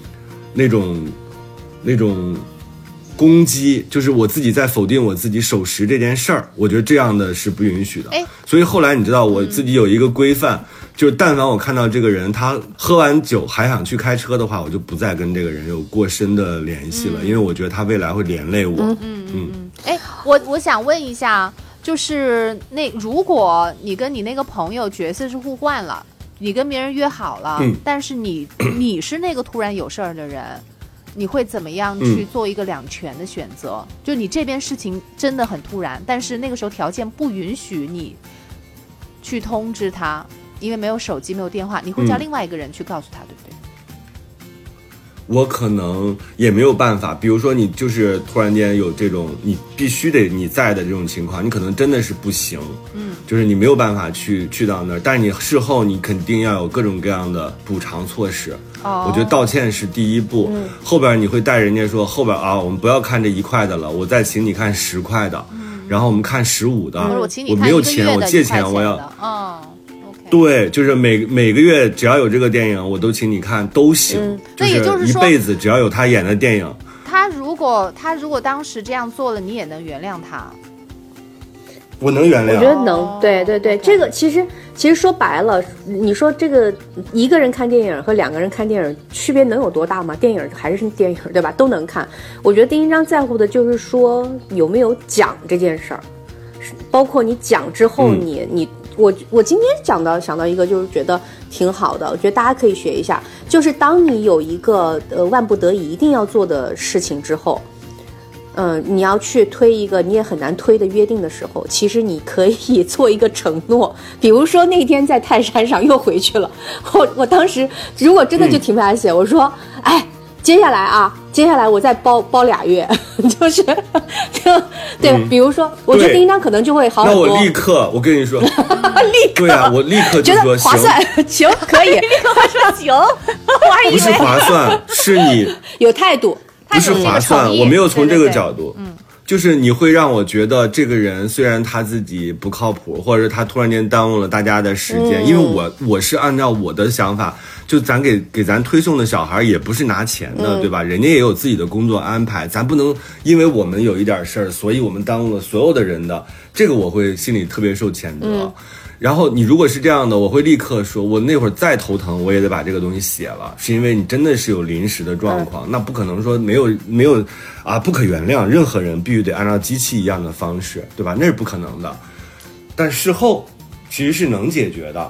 攻击，就是我自己在否定我自己守时这件事儿，我觉得这样的是不允许的。所以后来你知道我自己有一个规范，就是但凡我看到这个人他喝完酒还想去开车的话，我就不再跟这个人有过深的联系了，因为我觉得他未来会连累我。 我想问一下，就是如果你跟你那个朋友角色是互换了，你跟别人约好了，但是你是那个突然有事儿的人。你会怎么样去做一个两全的选择？就你这边事情真的很突然，但是那个时候条件不允许你去通知他，因为没有手机没有电话，你会叫另外一个人去告诉他，对不对？ 我可能也没有办法，比如说你就是突然间有这种你必须得你在的这种情况，你可能真的是不行，就是你没有办法去到那儿，但是你事后你肯定要有各种各样的补偿措施。我觉得道歉是第一步，后边你会带人家说后边我们不要看这1块的了，我再请你看10块的，然后我们看15的，我没有钱，我借钱，我要对，就是每个月只要有这个电影，我都请你看都行。就是一辈子只要有他演的电影。 他如果当时这样做了，你也能原谅他？ 我能原谅， 我觉得能。对，这个其实说白了，你说这个一个人看电影和2个人看电影区别能有多大吗？电影还是电影，对吧？都能看。我觉得丁一章在乎的就是说有没有讲这件事儿，包括你讲之后我今天想到一个，就是觉得挺好的，我觉得大家可以学一下，就是当你有一个万不得已一定要做的事情之后，你要去推一个你也很难推的约定的时候，其实你可以做一个承诺，比如说那天在泰山上又回去了，我当时如果真的就停不下写，我说接下来我再包2月，就是对，比如说，我觉得丁一章可能就会好很多。 那我立刻，我跟你说，立刻，对啊，我立刻就说划算，行，可以，立刻说行，我还以为不是划算，是你有态度， 不是划算，我没有从这个角度，就是你会让我觉得这个人虽然他自己不靠谱，或者是他突然间耽误了大家的时间，因为我是按照我的想法，就咱给咱推送的小孩也不是拿钱的，对吧？人家也有自己的工作安排，咱不能因为我们有一点事儿，所以我们耽误了所有的人的，这个我会心里特别受谴责。然后你如果是这样的，我会立刻说，我那会儿再头疼，我也得把这个东西写了，是因为你真的是有临时的状况，那不可能说没有不可原谅，任何人必须得按照机器一样的方式，对吧？那是不可能的。但事后其实是能解决的，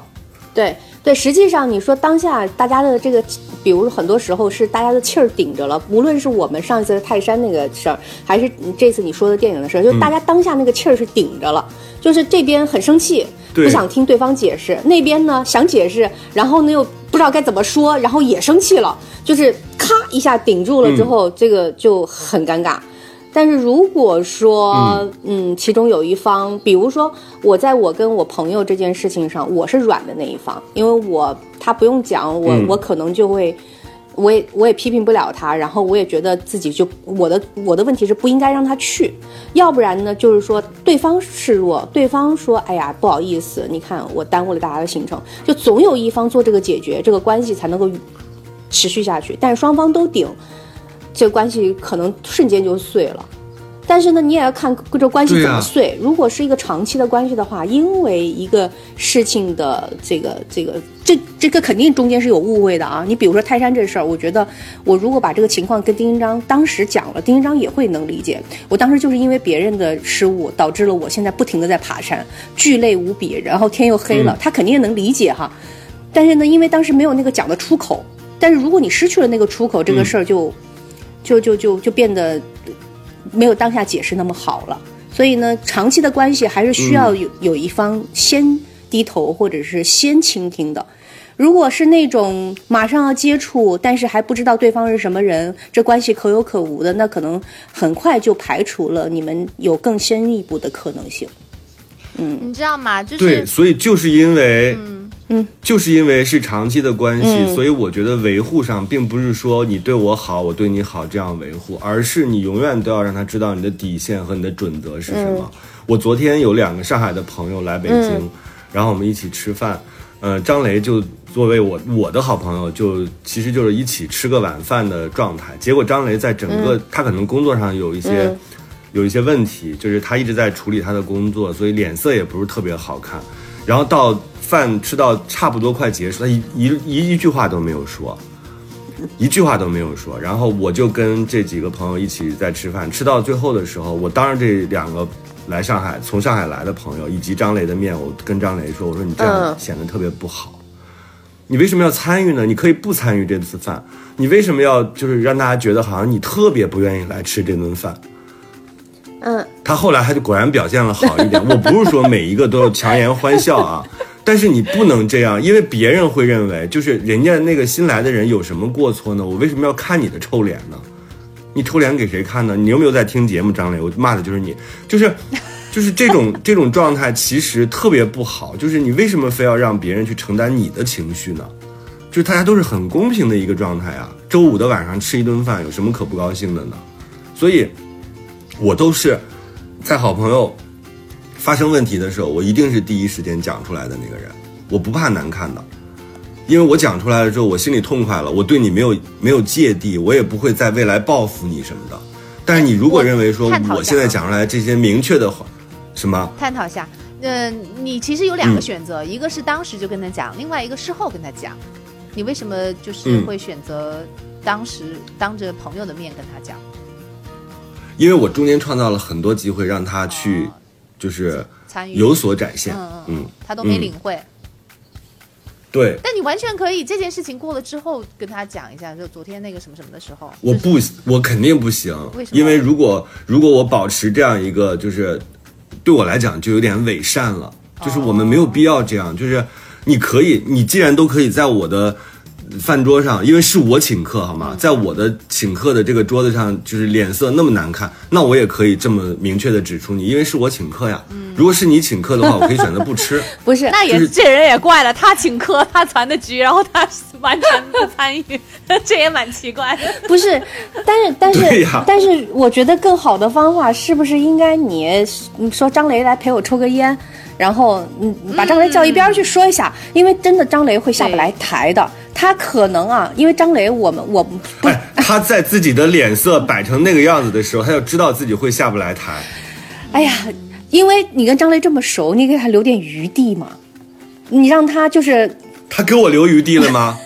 对对，实际上你说当下大家的这个，比如很多时候是大家的气儿顶着了，无论是我们上一次的泰山那个事儿，还是这次你说的电影的事儿，就大家当下那个气儿是顶着了，就是这边很生气，不想听对方解释，那边呢想解释，然后呢又不知道该怎么说，然后也生气了，就是咔一下顶住了之后，这个就很尴尬。但是如果说其中有一方，比如说我跟我朋友这件事情上，我是软的那一方，因为他不用讲，我可能就会，我也批评不了他，然后我也觉得自己就我的问题是不应该让他去，要不然呢就是说对方示弱，对方说哎呀不好意思，你看我耽误了大家的行程，就总有一方做这个解决，这个关系才能够持续下去，但是双方都顶，这个关系可能瞬间就碎了。但是呢，你也要看这关系怎么碎。如果是一个长期的关系的话，因为一个事情的这个肯定中间是有误会的啊。你比如说泰山这事儿，我觉得我如果把这个情况跟丁丁章当时讲了，丁丁章也会能理解。我当时就是因为别人的失误，导致了我现在不停的在爬山，巨累无比，然后天又黑了，他肯定也能理解哈。但是呢，因为当时没有那个讲的出口，但是如果你失去了那个出口，这个事儿就变得没有当下解释那么好了。所以呢，长期的关系还是需要有一方先低头或者是先倾听的。如果是那种马上要接触但是还不知道对方是什么人，这关系可有可无的，那可能很快就排除了你们有更深一步的可能性。 你知道吗？就是对，所以就是因为就是因为是长期的关系，所以我觉得维护上并不是说你对我好我对你好这样维护，而是你永远都要让他知道你的底线和你的准则是什么。我昨天有2个上海的朋友来北京，然后我们一起吃饭，张雷就作为我的好朋友，就其实就是一起吃个晚饭的状态。结果张雷在整个他可能工作上有一些问题，就是他一直在处理他的工作，所以脸色也不是特别好看。然后到饭吃到差不多快结束，他一句话都没有说，一句话都没有说。然后我就跟这几个朋友一起在吃饭，吃到最后的时候，我当着这2个从上海来的朋友以及张雷的面，我跟张雷说，我说你这样显得特别不好，你为什么要参与呢？你可以不参与这次饭，你为什么要就是让大家觉得好像你特别不愿意来吃这顿饭？他后来他就果然表现了好一点。我不是说每一个都有强颜欢笑啊，但是你不能这样，因为别人会认为就是人家那个新来的人有什么过错呢？我为什么要看你的臭脸呢？你臭脸给谁看呢？你有没有在听节目？张磊，我骂的就是你，就是这种状态其实特别不好。就是你为什么非要让别人去承担你的情绪呢？就是大家都是很公平的一个状态啊。周5的晚上吃一顿饭有什么可不高兴的呢？所以我都是在好朋友发生问题的时候，我一定是第一时间讲出来的那个人，我不怕难看的，因为我讲出来了之后，我心里痛快了，我对你没有芥蒂，我也不会在未来报复你什么的。但是你如果认为说我现在讲出来这些明确的话，什么？探讨一下， 你其实有2个选择，一个是当时就跟他讲，另外一个事后跟他讲。你为什么就是会选择当时当着朋友的面跟他讲？ 因为我中间创造了很多机会让他去，就是有所展现， 他都没领会。 对， 但你完全可以这件事情过了之后跟他讲一下，就昨天那个什么什么的时候。 我肯定不行。 为什么？ 因为如果我保持这样一个，就是对我来讲就有点伪善了，就是我们没有必要这样。就是你既然都可以在我的饭桌上，因为是我请客好吗？在我的请客的这个桌子上，就是脸色那么难看，那我也可以这么明确的指出你，因为是我请客呀。如果是你请客的话，我可以选择不吃。 不是，那也是、这人也怪了，他请客，他传的局，然后他完全不参与，这也蛮奇怪的。 不是，但是，我觉得更好的方法是不是应该你说张雷来陪我抽个烟？然后把张雷叫一边去说一下，因为真的张雷会下不来台的。他可能啊，因为张雷我不、 他在自己的脸色摆成那个样子的时候，他就知道自己会下不来台。 哎呀，因为你跟张雷这么熟，你给他留点余地嘛，你让他就是他给我留余地了吗？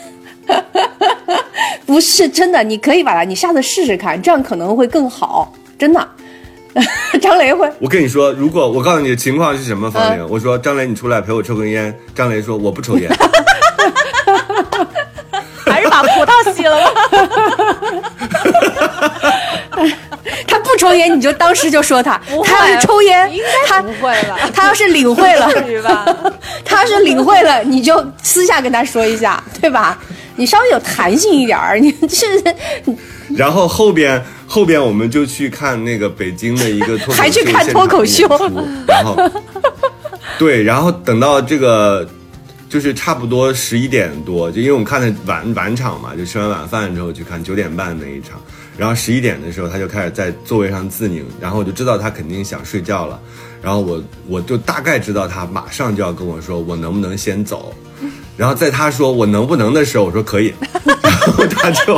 不是真的，你可以把他，你下次试试看，这样可能会更好，真的。 张雷会， 我跟你说，如果我告诉你的情况是什么，方玲，我说张雷，你出来陪我抽根烟。张雷说我不抽烟， 还是把葡萄洗了吗？ 他不抽烟，你就当时就说他要是抽烟， 应该不会了。 他要是领会了， 是吧？ 他要是领会了，你就私下跟他说一下，对吧？你稍微有弹性一点儿，你是。 然后后边我们就去看那个北京的一个脱口秀， 还去看脱口秀， 然后对，然后等到这个就是差不多11点多，就因为我们看的晚场嘛，就吃完晚饭之后去看9点半那一场，然后11点的时候他就开始在座位上自拧，然后我就知道他肯定想睡觉了，然后我就大概知道他马上就要跟我说我能不能先走，然后在他说我能不能的时候，我说可以，然后他就。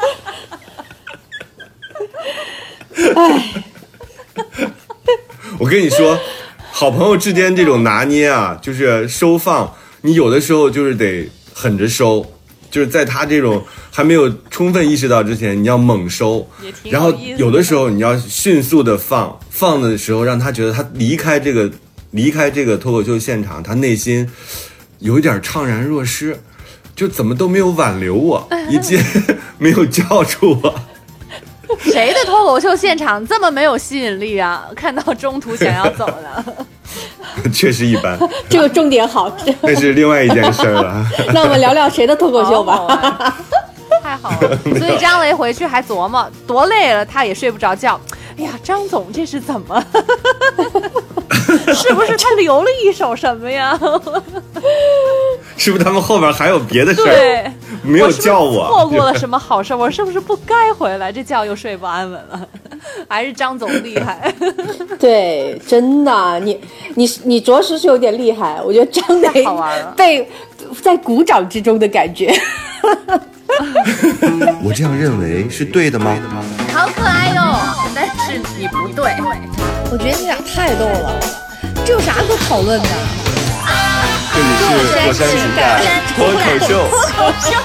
我跟你说，好朋友之间这种拿捏啊，就是收放，你有的时候就是得狠着收，就是在他这种还没有充分意识到之前，你要猛收，然后有的时候你要迅速的放的时候，让他觉得他离开这个脱口秀现场，他内心有一点怅然若失，就怎么都没有挽留我，一届没有叫住我。 谁的脱口秀现场这么没有吸引力啊？看到中途想要走的， 确实一般。 这个重点好， 这是另外一件事了。 那我们聊聊谁的脱口秀吧。 太好了，所以张雷回去还琢磨，多累了他也睡不着觉。哎呀，张总这是怎么？是不是他留了一手什么呀？ 是不是他们后边还有别的事儿？ 对， 没有叫我， 错过了什么好事？我是不是不该回来？这觉又睡不安稳了。还是张总厉害。 对，真的，你着实是有点厉害。我觉得张雷被在鼓掌之中的感觉。 我这样认为是对的吗？ 好可爱哟，但是你不对。 我觉得你俩太逗了，这有啥可讨论的？ 这里是火山情感脱口秀。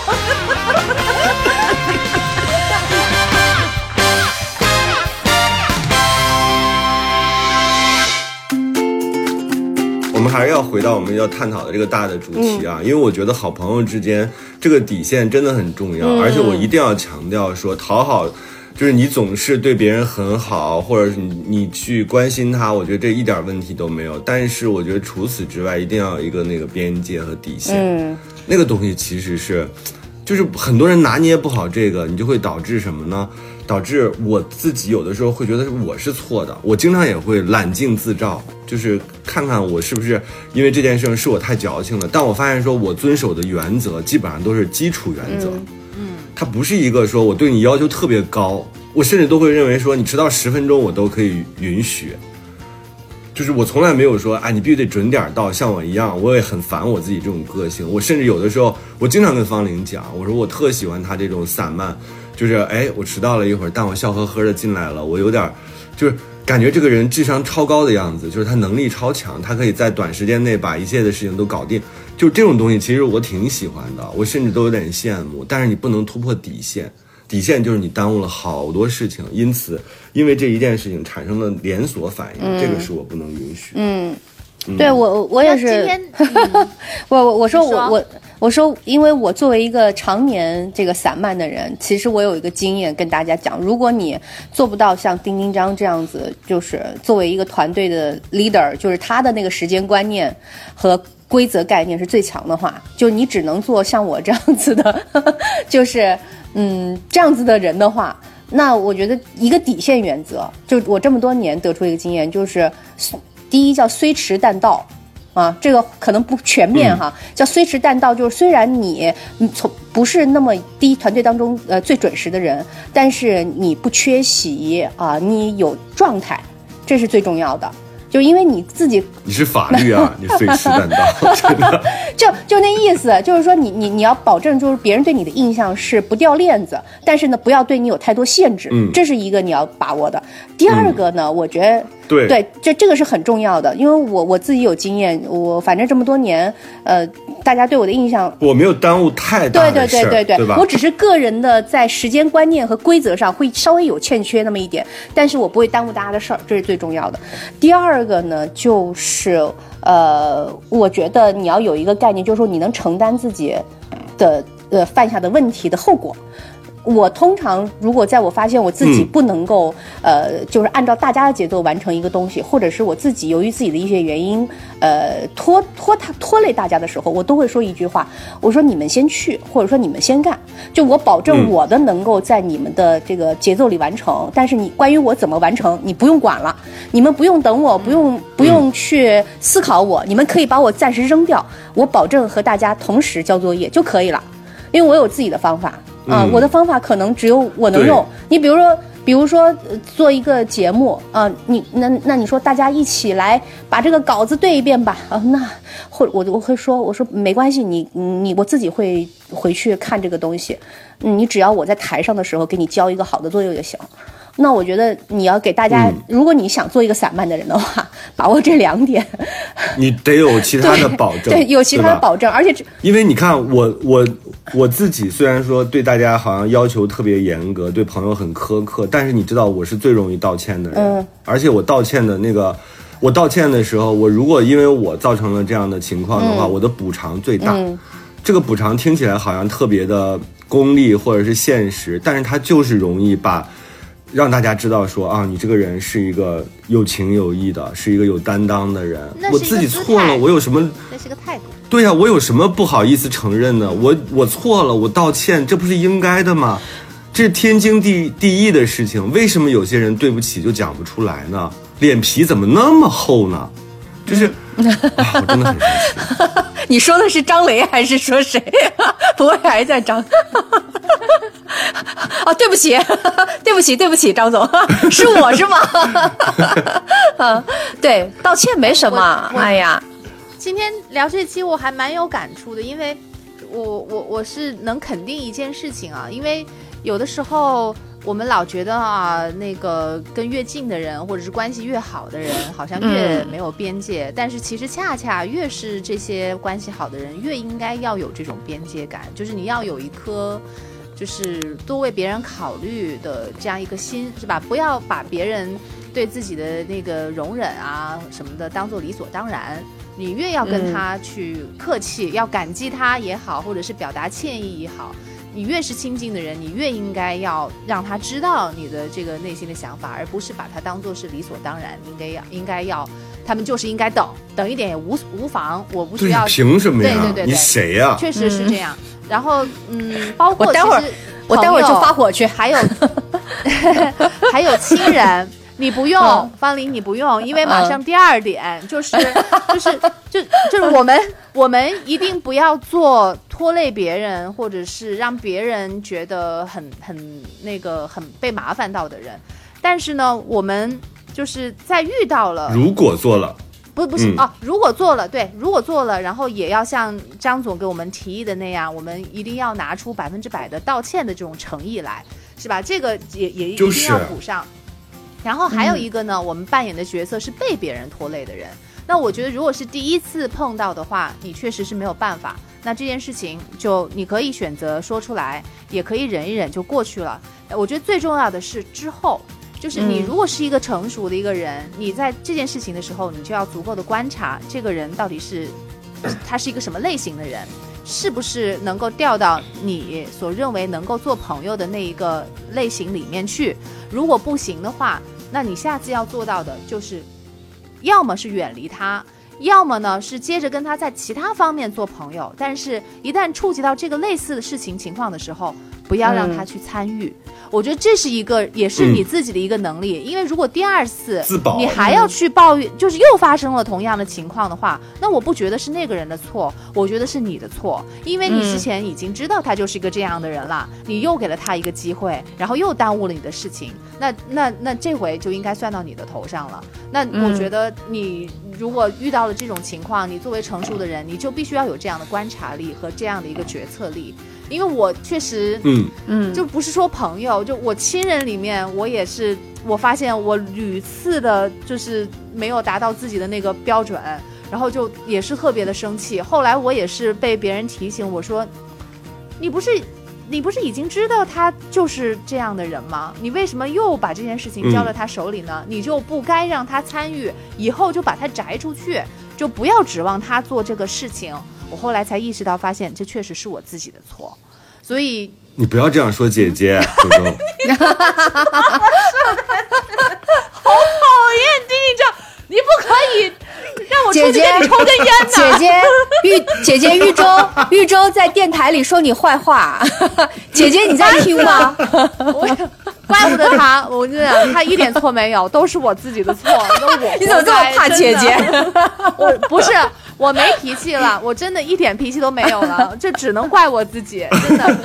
我们还是要回到我们要探讨的这个大的主题啊，因为我觉得好朋友之间这个底线真的很重要，而且我一定要强调说，讨好就是你总是对别人很好，或者是你去关心他，我觉得这一点问题都没有。但是我觉得除此之外，一定要有一个那个边界和底线。那个东西其实是，就是很多人拿捏不好这个，你就会导致什么呢？导致我自己有的时候会觉得我是错的，我经常也会揽镜自照，就是看看我是不是因为这件事情是我太矫情了。但我发现说我遵守的原则基本上都是基础原则，它不是一个说我对你要求特别高，我甚至都会认为说你迟到10分钟我都可以允许。就是我从来没有说，哎，你必须得准点到，像我一样，我也很烦我自己这种个性。我甚至有的时候，我经常跟方玲讲，我说我特喜欢他这种散漫，就是哎，我迟到了一会儿，但我笑呵呵的进来了，我有点，就是感觉这个人智商超高的样子，就是他能力超强，他可以在短时间内把一切的事情都搞定。就这种东西，其实我挺喜欢的，我甚至都有点羡慕。但是你不能突破底线。底线就是你耽误了好多事情，因为这一件事情产生了连锁反应，这个是我不能允许。 对，我也是。我说，因为我作为一个常年这个散漫的人，其实我有一个经验跟大家讲，如果你做不到像丁丁章这样子，就是作为一个团队的 leader， 就是他的那个时间观念和规则概念是最强的话，就你只能做像我这样子的，就是这样子的人的话，那我觉得一个底线原则，就我这么多年得出一个经验，就是第一叫虽迟但到啊，这个可能不全面哈，叫虽迟但到，就是虽然你从不是那么第一团队当中最准时的人，但是你不缺席啊，你有状态，这是最重要的。就因为你自己， 你是法律啊，你虽迟但到，真的。 就那意思，就是说你要保证，就是别人对你的印象是不掉链子，但是呢，不要对你有太多限制，这是一个你要把握的。第二个呢，我觉得对， 这个是很重要的，因为我自己有经验，我反正这么多年，大家对我的印象， 我没有耽误太大的事儿，对吧？ 我只是个人的在时间观念和规则上会稍微有欠缺那么一点，但是我不会耽误大家的事儿，这是最重要的。第二个呢，就是我觉得你要有一个概念，就是说你能承担自己的犯下的问题的后果。我通常如果在我发现我自己不能够就是按照大家的节奏完成一个东西，或者是我自己由于自己的一些原因拖累大家的时候，我都会说一句话，我说你们先去，或者说你们先干，就我保证我的能够在你们的这个节奏里完成，但是你关于我怎么完成你不用管了，你们不用等我，不用去思考我，你们可以把我暂时扔掉，我保证和大家同时交作业就可以了，因为我有自己的方法我的方法可能只有我能用。你比如说做一个节目那你说大家一起来把这个稿子对一遍吧那我会说，我说没关系，你我自己会回去看这个东西，你只要我在台上的时候给你交一个好的作业就行。那我觉得你要给大家如果你想做一个散漫的人的话，把握这2点， 你得有其他的保证， 对，有其他的保证，而且因为你看我自己虽然说对大家好像要求特别严格，对朋友很苛刻，但是你知道我是最容易道歉的人，而且我道歉的时候，我如果因为我造成了这样的情况的话，我的补偿最大。这个补偿听起来好像特别的功利或者是现实，但是它就是容易让大家知道说你这个人是一个有情有义的，是一个有担当的人。我自己错了，我有什么？ 那是个态度。 对呀，我有什么不好意思承认呢？我错了，我道歉，这不是应该的吗？这是天经地义的事情，为什么有些人对不起就讲不出来呢？脸皮怎么那么厚呢？就是我真的很生气。 你说的是张雷还是说谁？不会还在张？对不起，张总，是我是吗？对，道歉没什么。哎呀， 今天聊这期我还蛮有感触的，因为我是能肯定一件事情因为有的时候我们老觉得那个跟越近的人或者是关系越好的人好像越没有边界，但是其实恰恰越是这些关系好的人越应该要有这种边界感，就是你要有一颗就是多为别人考虑的这样一个心，是吧？不要把别人对自己的那个容忍什么的当做理所当然，你越要跟他去客气，要感激他也好，或者是表达歉意也好，你越是亲近的人，你越应该要让他知道你的这个内心的想法，而不是把他当作是理所当然。应该要，他们就是应该等一点也无妨，我不需要。 凭什么呀？ 对， 你谁呀？ 确实是这样。然后包括我待会儿就发火去， 还有还有亲人。你不用，方琳，你不用，因为马上第2点就是我们一定不要做拖累别人，或者是让别人觉得很被麻烦到的人。但是呢，我们就是在遇到了， 如果做了。 不是如果做了，对，如果做了，然后也要像张总给我们提议的那样，我们一定要拿出100%的道歉的这种诚意来，是吧？这个也一定要补上。然后还有一个呢，我们扮演的角色是被别人拖累的人。那我觉得如果是第一次碰到的话，你确实是没有办法，那这件事情就你可以选择说出来，也可以忍一忍就过去了。我觉得最重要的是之后，就是你如果是一个成熟的一个人，你在这件事情的时候，你就要足够的观察这个人到底是他是一个什么类型的人，是不是能够调到你所认为能够做朋友的那一个类型里面去。如果不行的话，那你下次要做到的就是要么是远离他，要么呢是接着跟他在其他方面做朋友，但是一旦触及到这个类似的情况的时候，不要让他去参与。我觉得这是一个也是你自己的一个能力，因为如果第2次你还要去抱怨，就是又发生了同样的情况的话，那我不觉得是那个人的错，我觉得是你的错，因为你之前已经知道他就是一个这样的人了，你又给了他一个机会，然后又耽误了你的事情，那这回就应该算到你的头上了。那我觉得你如果遇到了这种情况，你作为成熟的人，你就必须要有这样的观察力和这样的一个决策力。因为我确实就不是说朋友，就我亲人里面我也是我发现我屡次的就是没有达到自己的那个标准，然后就也是特别的生气。后来我也是被别人提醒，我说你不是已经知道他就是这样的人吗？你为什么又把这件事情交到他手里呢？你就不该让他参与，以后就把他摘出去，就不要指望他做这个事情。我后来才意识到，发现这确实是我自己的错，所以你不要这样说姐姐，周周。 好讨厌，丁丁章，你不可以让我出去给你抽根烟呢。 姐姐玉州在电台里说你坏话，姐姐你在听吗？ 怪不得他，我跟你讲，他一点错没有，都是我自己的错。 你怎么这么怕姐姐？ 我不是，我没脾气了，我真的一点脾气都没有了，这只能怪我自己，真的。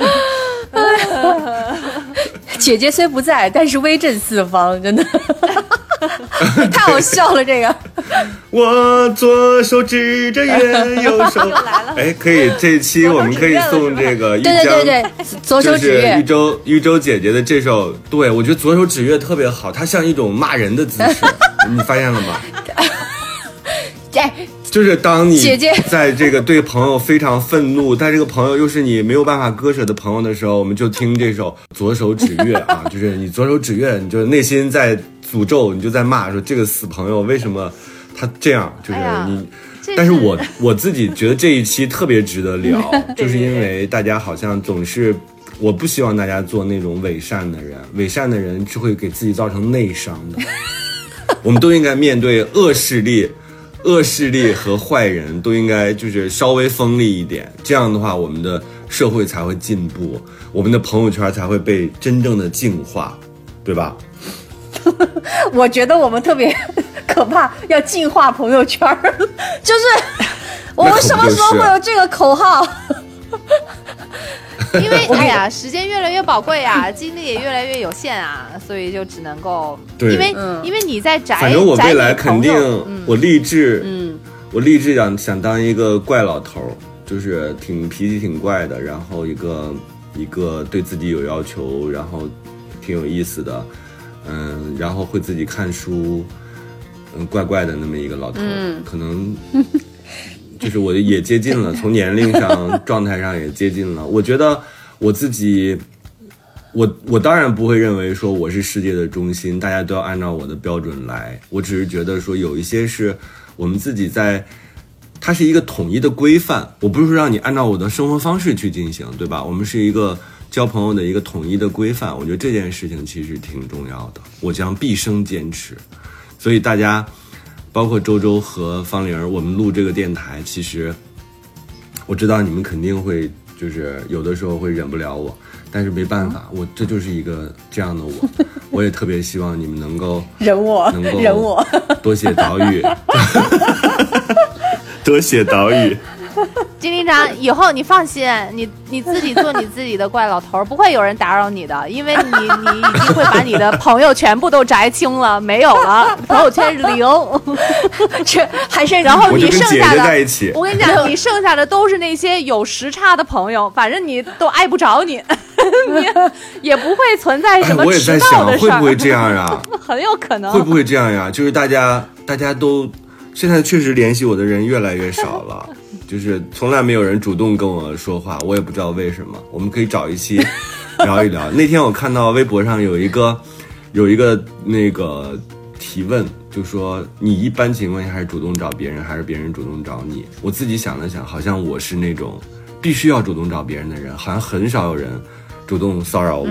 姐姐虽不在，但是威震四方，真的太好笑了。这个我左手指着月，右手又来了。 哎，可以，这一期我们可以送这个玉江， 对，左手指月， 就是玉州姐姐的这首，对，我觉得左手指月特别好，它像一种骂人的姿势，你发现了吗？就是当你姐姐在这个对朋友非常愤怒，但这个朋友又是你没有办法割舍的朋友的时候，我们就听这首左手指月啊，就是你左手指月，你就内心在诅咒，你就在骂说这个死朋友为什么他这样，就是你。但是我自己觉得这一期特别值得聊，就是因为大家好像总是，我不希望大家做那种伪善的人，伪善的人是会给自己造成内伤的。我们都应该面对恶势力和坏人，都应该就是稍微锋利一点，这样的话我们的社会才会进步，我们的朋友圈才会被真正的净化，对吧？ 我觉得我们特别可怕，要净化朋友圈，就是我们什么时候会有这个口号？ 因为哎呀，时间越来越宝贵啊，精力也越来越有限啊，所以就只能够，因为你在宅， 反正我未来肯定，我立志想当一个怪老头，就是脾气挺怪的，然后一个对自己有要求，然后挺有意思的，然后会自己看书，怪怪的那么一个老头，可能。就是我也接近了，从年龄上、状态上也接近了。我觉得我自己，我当然不会认为说我是世界的中心，大家都要按照我的标准来。我只是觉得说有一些是我们自己它是一个统一的规范。我不是说让你按照我的生活方式去进行，对吧？我们是一个交朋友的一个统一的规范。我觉得这件事情其实挺重要的，我将毕生坚持。所以大家。包括周周和方玲，我们录这个电台，其实我知道你们肯定会就是有的时候会忍不了我，但是没办法，这就是一个这样的我也特别希望你们能够忍我， 多写岛屿，多写岛屿。 金队长，以后你放心，你自己做你自己的怪老头，不会有人打扰你的，因为你已经会把你的朋友全部都摘清了，没有了，朋友圈0， 这还是然后你剩下的， 我跟你讲，你剩下的都是那些有时差的朋友，反正你都碍不着你，你也不会存在什么迟到的事儿。 我也在想，会不会这样啊？ 很有可能。 会不会这样呀？就是大家都现在确实联系我的人越来越少了。就是从来没有人主动跟我说话，我也不知道为什么。我们可以找一期聊一聊。那天我看到微博上有一个那个提问，就说你一般情况下还是主动找别人，还是别人主动找你？我自己想了想，好像我是那种必须要主动找别人的人，好像很少有人主动骚扰我。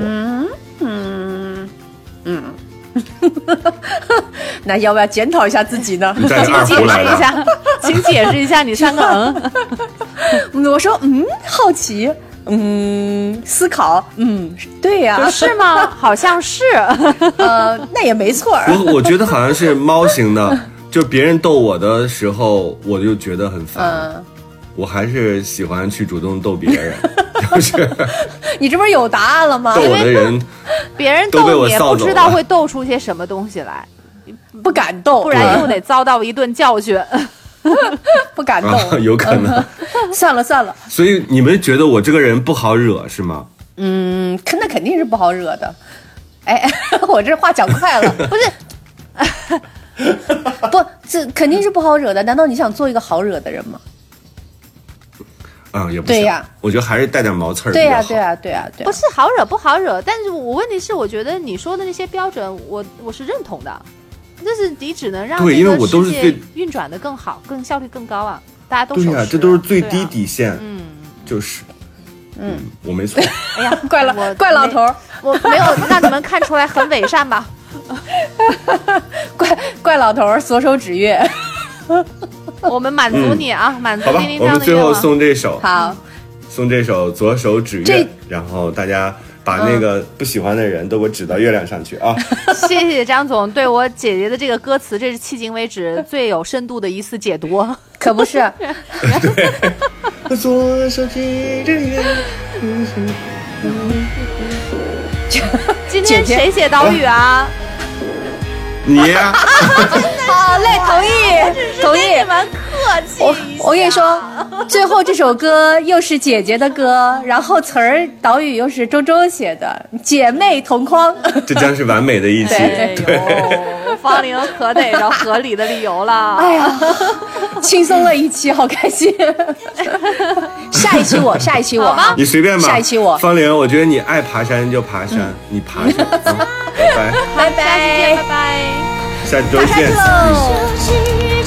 那要不要检讨一下自己呢？ 请解释一下，请解释一下你3个我说好奇，思考，对呀， 是吗？好像是， 那也没错。 我觉得好像是猫型的，就别人逗我的时候，我就觉得很烦。我还是喜欢去主动逗别人，就是你这不是有答案了吗？ 逗我的人， 别人逗你也不知道会逗出些什么东西来， 不敢逗， 不然又得遭到一顿教训。 不敢逗， 有可能。 算了。 所以你们觉得我这个人不好惹是吗？ 那肯定是不好惹的。 哎，我这话讲快了，不是。不，这肯定是不好惹的。难道你想做一个好惹的人吗？ 也不对呀。 我觉得还是带点毛刺儿。 对呀，对呀，对呀，对。 不是好惹不好惹，但是我问题是，我觉得你说的那些标准，我是认同的。就是你只能让对，因为我都是最运转的更好，更效率更高啊！大家都对呀，这都是最低底线。就是。我没错。 哎呀， 怪老头儿， 我没有让你们看出来很伪善吧？ 怪老头儿左手指月。 我们满足你啊，满足丁丁这样的愿望。 我们最后送这首， 好， 送这首左手指月，然后大家把那个不喜欢的人都给我指到月亮上去啊！ 谢谢张总对我姐姐的这个歌词，这是迄今为止最有深度的一次解读， 可不是。 对，左手指着月。 今天谁写岛屿啊？ 你呀。 好嘞，同意。 你们客气一下。 我跟你说，最后这首歌又是姐姐的歌，然后词儿岛屿又是周周写的，姐妹同框， 这将是完美的一期。 对，方玲可得着合理的理由了。 哎呀，轻松了一期，好开心。下一期我， 你随便吧。 下一期我， 方玲，我觉得你爱爬山就爬山，你爬山。拜拜， 拜拜，下期见，拜拜， 下周见。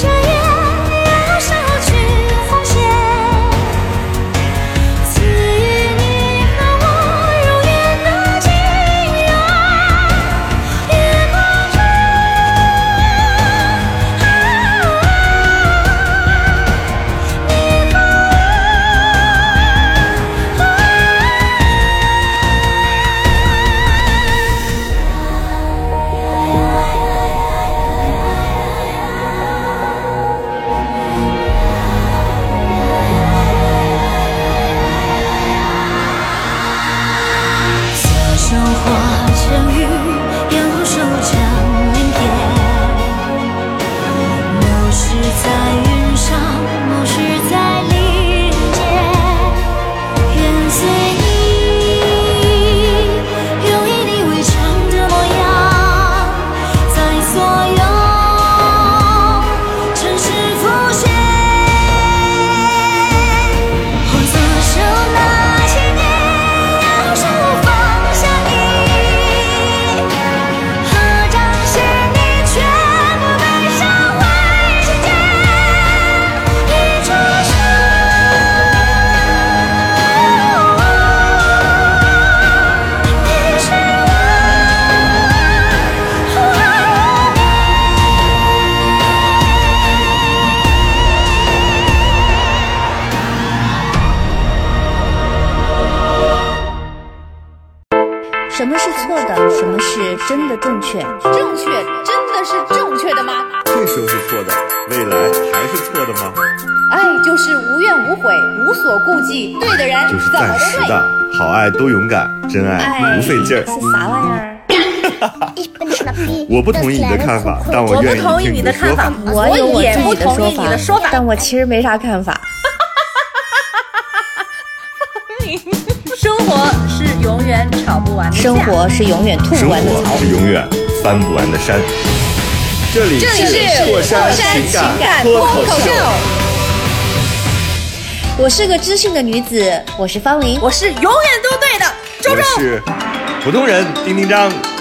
什么是错的？什么是真的正确？ 正确真的是正确的吗？ 这时候是错的，未来还是错的吗？ 爱就是无怨无悔，无所顾忌，对的人就是暂时的，好爱多勇敢，真爱不费劲儿。 是啥玩意儿？ 我不同意你的看法，但我愿意听你的说法。 我也不同意你的说法，但我其实没啥看法。 生活是永远吵不完的架， 生活是永远吐不完的槽， 生活是永远翻不完的山。这里是过山情感脱口秀。 我是个知性的女子，我是方玲， 我是永远都对的周周， 我是普通人丁丁张。